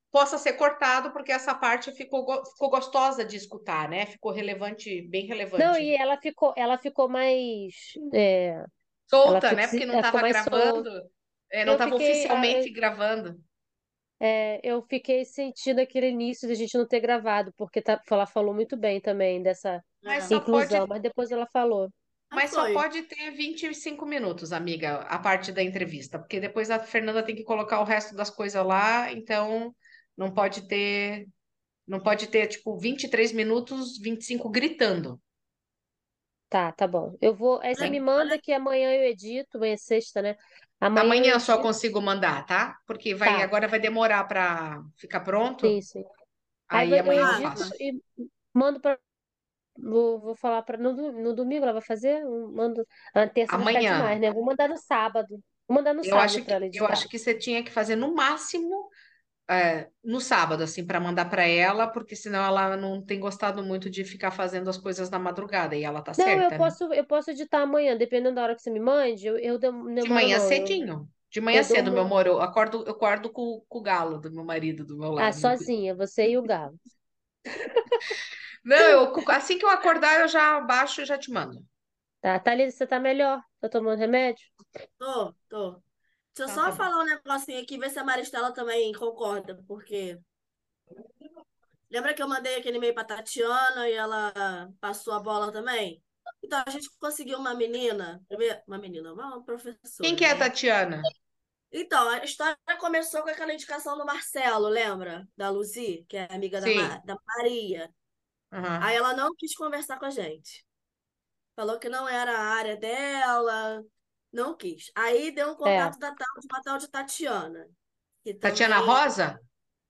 S4: possa ser cortado, porque essa parte ficou gostosa de escutar, né? Ficou relevante, bem
S2: Não,
S4: relevante.
S2: e ela ficou mais. Ela
S4: Solta,
S2: ficou,
S4: né? Porque não
S2: ela ficou
S4: estava
S2: mais solta.
S4: gravando, não
S2: Eu
S4: estava
S2: fiquei,
S4: oficialmente gravando.
S2: eu fiquei sentindo aquele início de a gente não ter gravado, porque ela falou muito bem também dessa
S4: Mas
S1: É.
S4: só
S2: inclusão,
S4: pode,
S2: mas depois ela falou.
S1: Mas
S4: mas só
S1: foi.
S4: pode ter 25 minutos, amiga, a parte da entrevista, porque depois a Fernanda tem que colocar o resto das coisas lá, então não pode ter, não pode ter tipo 23 minutos, 25 gritando.
S2: Tá bom. Eu vou. Aí você me
S1: Olha,
S2: manda
S1: olha,
S2: que amanhã eu edito, amanhã é sexta, né? Amanhã eu
S4: Amanhã eu só
S2: edito.
S4: consigo mandar, tá? Porque
S2: Tá,
S4: agora vai demorar para ficar pronto.
S2: sim, sim. Aí
S4: Aí
S2: eu
S4: amanhã eu
S1: ah,
S2: edito
S1: tá.
S4: faço.
S2: e mando para. Vou falar para no domingo ela vai fazer? Mando. A terça vai ficar demais,
S4: Amanhã.
S2: né? Vou mandar no sábado. Vou mandar no sábado para ela
S4: Eu
S2: editar.
S4: acho que você tinha que fazer no máximo no sábado, assim, para mandar para ela, porque senão ela não tem gostado muito de ficar fazendo as coisas na madrugada, e ela tá
S2: Não,
S4: certa, né?
S2: eu posso editar amanhã, dependendo da hora que você me mande.
S4: De
S2: Demoro
S4: manhã
S2: não.
S4: cedinho. De manhã
S2: Eu dou
S4: cedo, meu
S2: uma.
S4: amor, eu acordo com o galo do meu marido do meu
S2: Ah,
S4: lado.
S2: sozinha, você e o Galo.
S4: Não, assim que eu acordar, eu já baixo e já te mando.
S2: Tá, Thalita, você tá melhor? Tá tomando remédio?
S1: Tô. Deixa eu
S4: Então tá
S1: só
S4: bom.
S1: falar um negocinho aqui, ver se a Maristela também concorda, porque lembra que eu mandei aquele e-mail pra Tatiana e ela passou a bola também? Então, a gente conseguiu uma menina, uma
S4: Quem
S1: professora,
S4: que é a
S1: né?
S4: Tatiana?
S1: Então, a história começou com aquela indicação do Marcelo, lembra? Da Luzi, que é amiga
S4: Sim.
S1: da Maria. Aí
S4: Aham.
S1: ela não quis conversar com a gente. Falou que não era a área dela, não quis. Aí deu um
S2: É,
S1: contato de uma tal de Tatiana, que
S4: Tatiana
S1: também
S4: Rosa?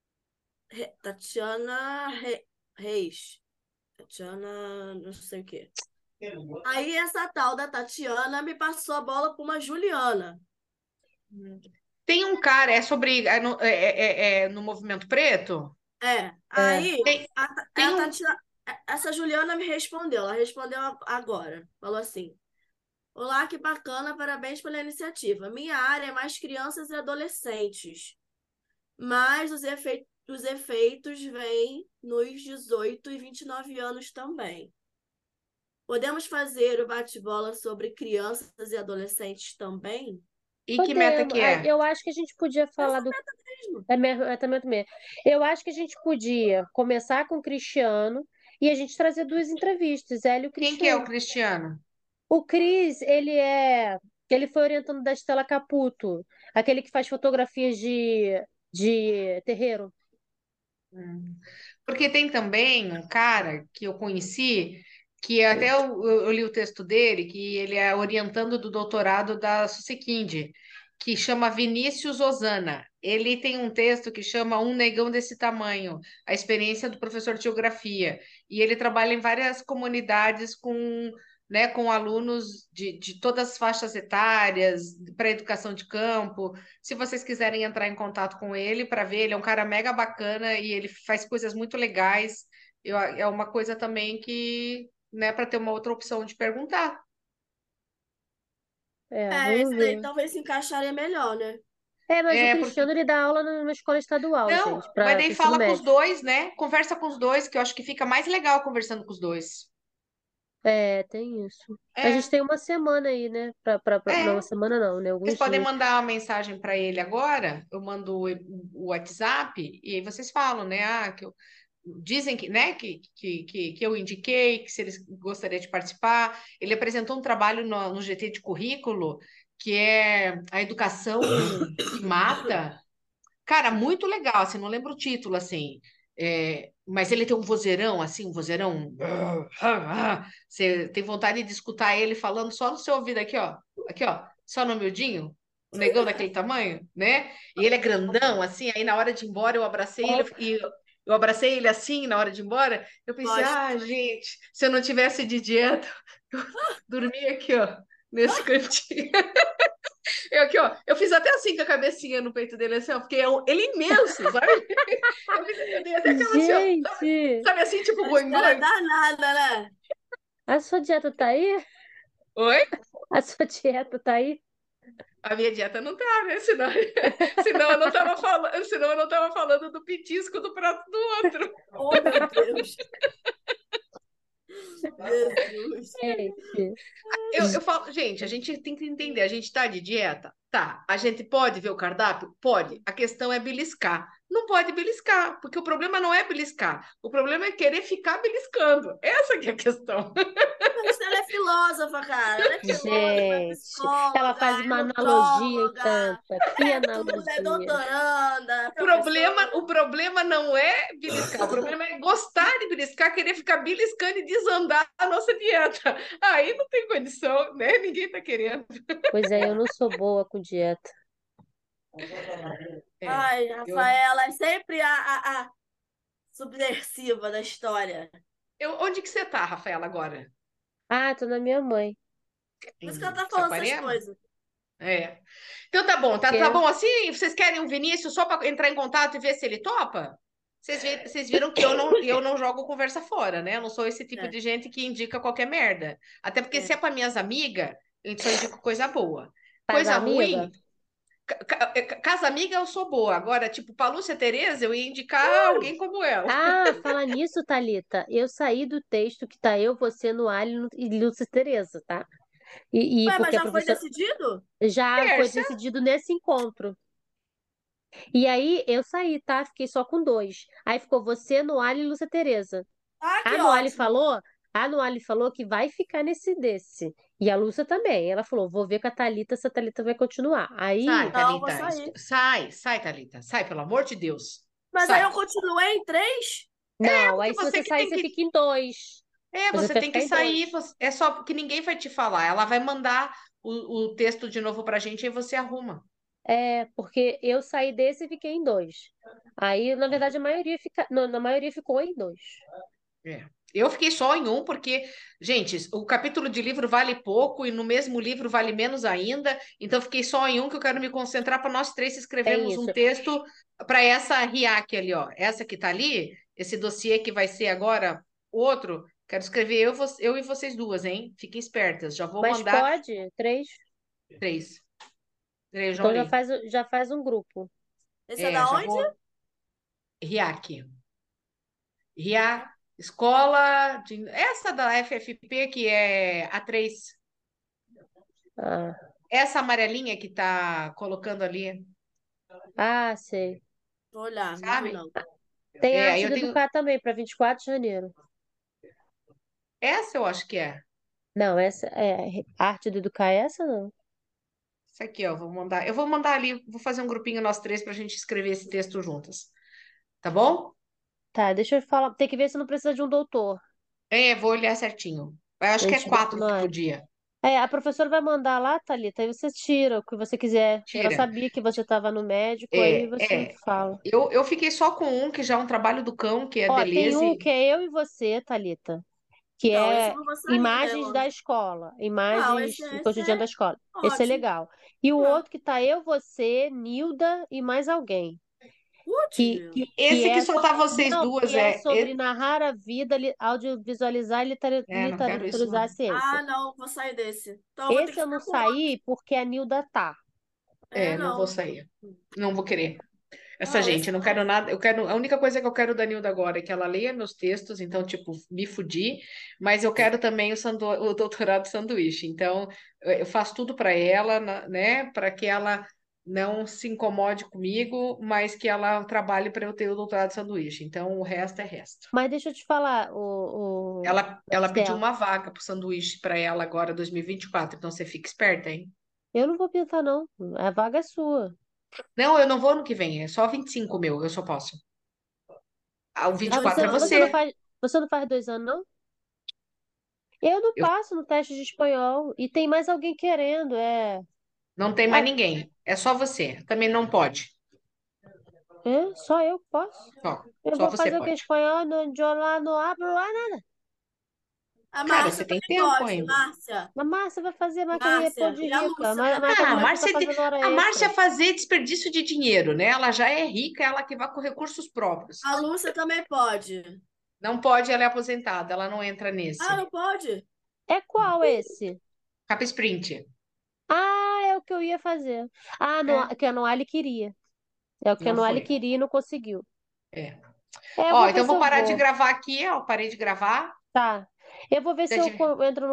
S1: Reis. Tatiana, não sei o quê. Aí essa tal da Tatiana me passou a bola para uma Juliana.
S4: Tem um cara, é sobre. É no Movimento Preto?
S2: é.
S1: Aí
S4: Tem, tem
S1: a
S4: um.
S1: Tatiana, essa Juliana me respondeu. Ela respondeu agora. Falou assim: Olá, que bacana, parabéns pela iniciativa. Minha área é mais crianças e adolescentes, mas os efeitos vêm nos 18 e 29 anos também. Podemos fazer o bate-bola sobre crianças e adolescentes também?
S4: E que meta
S2: Podemos.
S4: que
S2: Ah,
S4: é?
S2: eu acho que a gente podia falar
S1: Essa
S2: do.
S1: mesmo.
S2: Também. Eu acho que a gente podia começar com o Cristiano e a gente trazer duas entrevistas, ela e o
S4: Quem que é o
S2: Cristiano.
S4: Cristiano?
S2: O Cris, ele foi orientando da Estela Caputo, aquele que faz fotografias de terreiro.
S4: Hum. Porque tem também um cara que eu conheci, que até eu li o texto dele, que ele é orientando do doutorado da Susequinde, que chama Vinícius Osana. Ele tem um texto que chama Um Negão Desse Tamanho, a experiência do professor de geografia. E ele trabalha em várias comunidades com alunos de todas as faixas etárias, para educação de campo. Se vocês quiserem entrar em contato com ele para ver, ele é um cara mega bacana e ele faz coisas muito legais. É uma coisa também que, né, para ter uma outra opção de perguntar.
S2: Vamos
S1: Esse daí
S2: ver.
S1: talvez se encaixaria melhor, né?
S2: Mas o
S4: É, porque.
S2: Cristiano ele dá aula numa escola estadual,
S4: Não,
S2: gente,
S4: mas
S2: para
S4: daí
S2: o ensino
S4: fala com os
S2: médio.
S4: dois, né? Conversa com os dois, que eu acho que fica mais legal conversando com os dois.
S2: Tem isso. A gente
S4: É,
S2: tem uma semana aí, né? Não, uma
S4: é.
S2: semana não, né?
S4: Vocês
S2: Alguns
S4: podem
S2: dias.
S4: mandar uma mensagem para ele agora. Eu mando o WhatsApp e aí vocês falam, né? Dizem que, né, que eu indiquei, que se eles gostariam de participar. Ele apresentou um trabalho no GT de currículo, que é a educação que mata. Cara, muito legal, assim, não lembro o título, assim. Mas ele tem um vozeirão, assim, um vozeirão. Você tem vontade de escutar ele falando só no seu ouvido aqui, ó, só no miudinho, o negão daquele tamanho, né? E ele é grandão, assim, aí na hora de ir embora eu abracei ele e eu abracei ele assim na hora de ir embora. Eu pensei,
S1: Gosto.
S4: gente, se eu não tivesse de dieta, eu dormia aqui, ó, nesse cantinho. Eu aqui, ó, eu fiz até assim com a cabecinha no peito dele, assim, ó, porque ele é imenso, sabe? Eu dei até aquela assim, ó,
S2: Gente,
S4: sabe assim, tipo
S1: A história
S4: boing-boing?
S1: danada, né?
S2: a sua dieta tá aí?
S4: Oi?
S2: A sua dieta tá aí?
S4: A minha dieta não tá, né? Senão eu não tava falando do petisco do prato do outro.
S1: Oh, meu Deus. Jesus.
S2: Gente,
S4: Eu falo, gente, a gente tem que entender, a gente tá de dieta? Tá. A gente pode ver o cardápio? Pode. A questão é beliscar. Não pode beliscar, porque o problema não é beliscar. O problema é querer ficar beliscando. Essa que é a questão.
S1: Mas ela é filósofa, cara. Ela é filósofa, é
S2: gente, ela
S1: psicóloga,
S2: faz
S1: é
S2: uma analogia e
S1: nutróloga,
S2: tanta. Que
S1: é tudo, é
S2: analogia.
S1: doutoranda, é
S4: O
S1: professora.
S4: problema não é beliscar, o problema é gostar de beliscar, querer ficar beliscando e desandar a nossa dieta. Aí não tem condição, né? Ninguém tá querendo.
S2: Pois é, eu não sou boa com dieta.
S4: É,
S1: Ai,
S4: eu,
S1: Rafaela é sempre a subversiva da história.
S4: onde que você tá, Rafaela, agora?
S2: Ah, tô na minha mãe.
S1: Por isso que ela tá falando essas
S4: Saquarema?
S1: coisas.
S4: É. Então tá
S2: Porque
S4: bom assim? Vocês querem o Vinícius só para entrar em contato e ver se ele topa? Vocês viram que eu não jogo conversa fora, né? Eu não sou esse tipo
S1: É,
S4: de gente que indica qualquer merda. Até porque se é
S1: é.
S4: para minhas amigas, eu só indico coisa boa.
S2: faz
S4: Coisa
S2: amiga?
S4: ruim, casa amiga eu sou boa. Agora, tipo, pra Lúcia Tereza, eu ia indicar alguém como ela.
S2: Ah, fala nisso, Thalita. Eu saí do texto que tá eu, você no Alho e Lúcia Tereza, tá? E
S1: Ué, mas
S2: porque a
S1: já foi
S2: professora
S1: decidido?
S2: já foi
S4: Terça,
S2: decidido nesse encontro. E aí eu saí, tá? Fiquei só com dois. Aí ficou você, Noale e Lúcia Tereza.
S1: Ah,
S2: A
S1: que
S2: Noale
S1: ótimo.
S2: falou, a Noale falou que vai ficar nesse desse. E a Lúcia também. Ela falou, vou ver com a Thalita se a Thalita vai continuar.
S4: sai,
S2: Aí,
S1: Não, vou
S4: Thalita.
S1: sair.
S4: Sai, Thalita. Sai, pelo amor de Deus.
S1: Mas aí
S4: Sai.
S1: eu continuei em 3?
S2: não,
S4: Porque
S2: aí se
S4: você
S2: você
S4: que
S2: sair,
S4: tem
S2: você
S4: que.
S2: fica em dois.
S4: É,
S2: Você
S4: você
S2: vai
S4: tem
S2: ficar
S4: que
S2: em dois.
S4: sair. É só que ninguém vai te falar. Ela vai mandar o texto de novo pra gente e você arruma.
S2: É, porque eu saí desse e fiquei em dois. Aí, na verdade, a maioria fica, na maioria ficou em dois.
S4: É. Eu fiquei só em um, porque, gente, o capítulo de livro vale pouco e no mesmo livro vale menos ainda. Então, eu fiquei só em um que eu quero me concentrar para nós três
S2: Tem
S4: escrevermos um
S2: isso.
S4: texto para essa RIAC ali, ó. Essa que tá ali, esse dossiê que vai ser agora outro. Quero escrever eu e vocês duas, hein? Fiquem espertas. Já vou
S2: Mas
S4: mandar
S2: pode? Três?
S4: três. Três, já
S2: Então
S4: olhei.
S2: já faz um grupo.
S1: Esse é
S4: É,
S1: da
S4: já
S1: onde?
S4: vou. RIAC. RIA, escola de... Essa da FFP, que é a 3.
S2: Ah,
S4: Essa amarelinha que tá colocando ali,
S2: sei.
S1: Vou olhar, não vi
S4: sabe?
S1: não.
S2: Tem
S4: É, aí
S2: arte
S4: eu
S2: do
S4: tenho.
S2: Educar também, para 24 de janeiro.
S4: Essa eu acho que é.
S2: Não, essa é arte do Educar, é essa não.
S4: Essa aqui, ó, vou mandar. Eu vou mandar ali, vou fazer um grupinho nós três pra gente escrever esse texto juntas. Tá bom?
S2: Tá, deixa eu falar. Tem que ver se não precisa de um doutor.
S4: É, vou olhar certinho. Eu acho
S2: A
S4: que é
S2: gente vê
S4: 4 que podia.
S2: a professora vai mandar lá, Thalita, aí você tira o que você quiser. Ela
S4: Tira.
S2: sabia que você estava no médico, aí
S4: É,
S2: você
S4: é.
S2: fala.
S4: Eu fiquei só com um, que já é um trabalho do cão, que é
S2: Ó, tem um
S4: Deleuze.
S2: que é eu e você, Thalita, que
S1: Então, esse eu
S2: é
S1: não vou sair, né?
S2: imagens da escola,
S1: Não,
S2: imagens do
S1: esse
S2: cotidiano
S1: é
S2: da escola. Esse é
S1: ótimo.
S2: legal. E o
S1: Ah,
S2: outro que tá eu, você, Nilda e mais alguém,
S1: putz,
S2: que
S4: Esse que
S2: é
S4: só tá vocês
S2: não,
S4: duas
S2: que é sobre narrar a vida, audiovisualizar e
S4: não quero isso,
S2: literaturizar a
S4: não.
S2: ciência.
S1: ah, não, vou sair desse. Então eu vou ter
S2: Esse
S1: que
S2: eu não
S1: ficar com outro.
S2: saí porque a Nilda tá.
S1: É,
S4: É, não vou
S1: não.
S4: sair. Não vou querer. Essa
S1: Não,
S4: gente,
S1: esse
S4: eu não
S1: não.
S4: quero nada. Eu quero, a única coisa que eu quero da Nilda agora é que ela leia meus textos, então, tipo, me fudi, mas eu quero também o doutorado sanduíche. Então, eu faço tudo para ela, né, para que ela não se incomode comigo, mas que ela trabalhe para eu ter o doutorado sanduíche. Então, o resto é resto.
S2: Mas deixa eu te falar,
S4: Ela pediu
S2: Marcelo,
S4: uma vaga pro sanduíche para ela agora, 2024. Então, você fica esperta, hein?
S2: eu não vou pintar, não. A vaga é sua.
S4: Não, eu não vou no que vem, é só 25 meu, eu só posso. Ah, o
S1: Então,
S4: 24 é
S1: você.
S2: Você não faz 2 anos, não? Eu não
S4: Eu
S2: passo no teste de espanhol. E tem mais alguém querendo,
S4: não tem mais
S2: Ah,
S4: ninguém. É só você. Também não pode.
S2: só eu que posso. Eu
S4: Só
S2: vou
S4: você
S2: fazer o que?
S4: pode.
S2: Espanhol, no, eu lá no hablo lá, nada.
S1: A
S4: Cara,
S1: Márcia
S4: você tem
S1: também
S4: tempo
S1: pode,
S4: ainda.
S1: Márcia.
S2: A Márcia vai fazer mais que pôr
S1: Márcia.
S2: de
S1: E a
S2: rica.
S1: Lúcia
S2: Mas
S1: também
S2: a
S4: Ah,
S2: Márcia tá
S1: pode.
S2: fazendo hora
S4: A Márcia
S2: extra.
S4: fazer desperdício de dinheiro, né? Ela já é rica, ela que vai com recursos próprios.
S1: A Lúcia também pode.
S4: Não pode, ela é aposentada, ela não entra
S1: Ah,
S4: nesse.
S1: não pode?
S2: É qual esse?
S4: Capa Sprint.
S2: Ah, é o que eu ia fazer.
S4: É,
S2: Que a Noale queria. É o que a
S4: não
S2: Noale
S4: foi.
S2: queria e não conseguiu.
S4: É.
S2: Eu
S4: Ó,
S2: vou ver
S4: então
S2: se
S4: vou
S2: eu
S4: parar de
S2: vou.
S4: gravar aqui, ó. Parei de gravar.
S2: Tá. Eu vou ver se eu
S4: Deixa-
S2: entro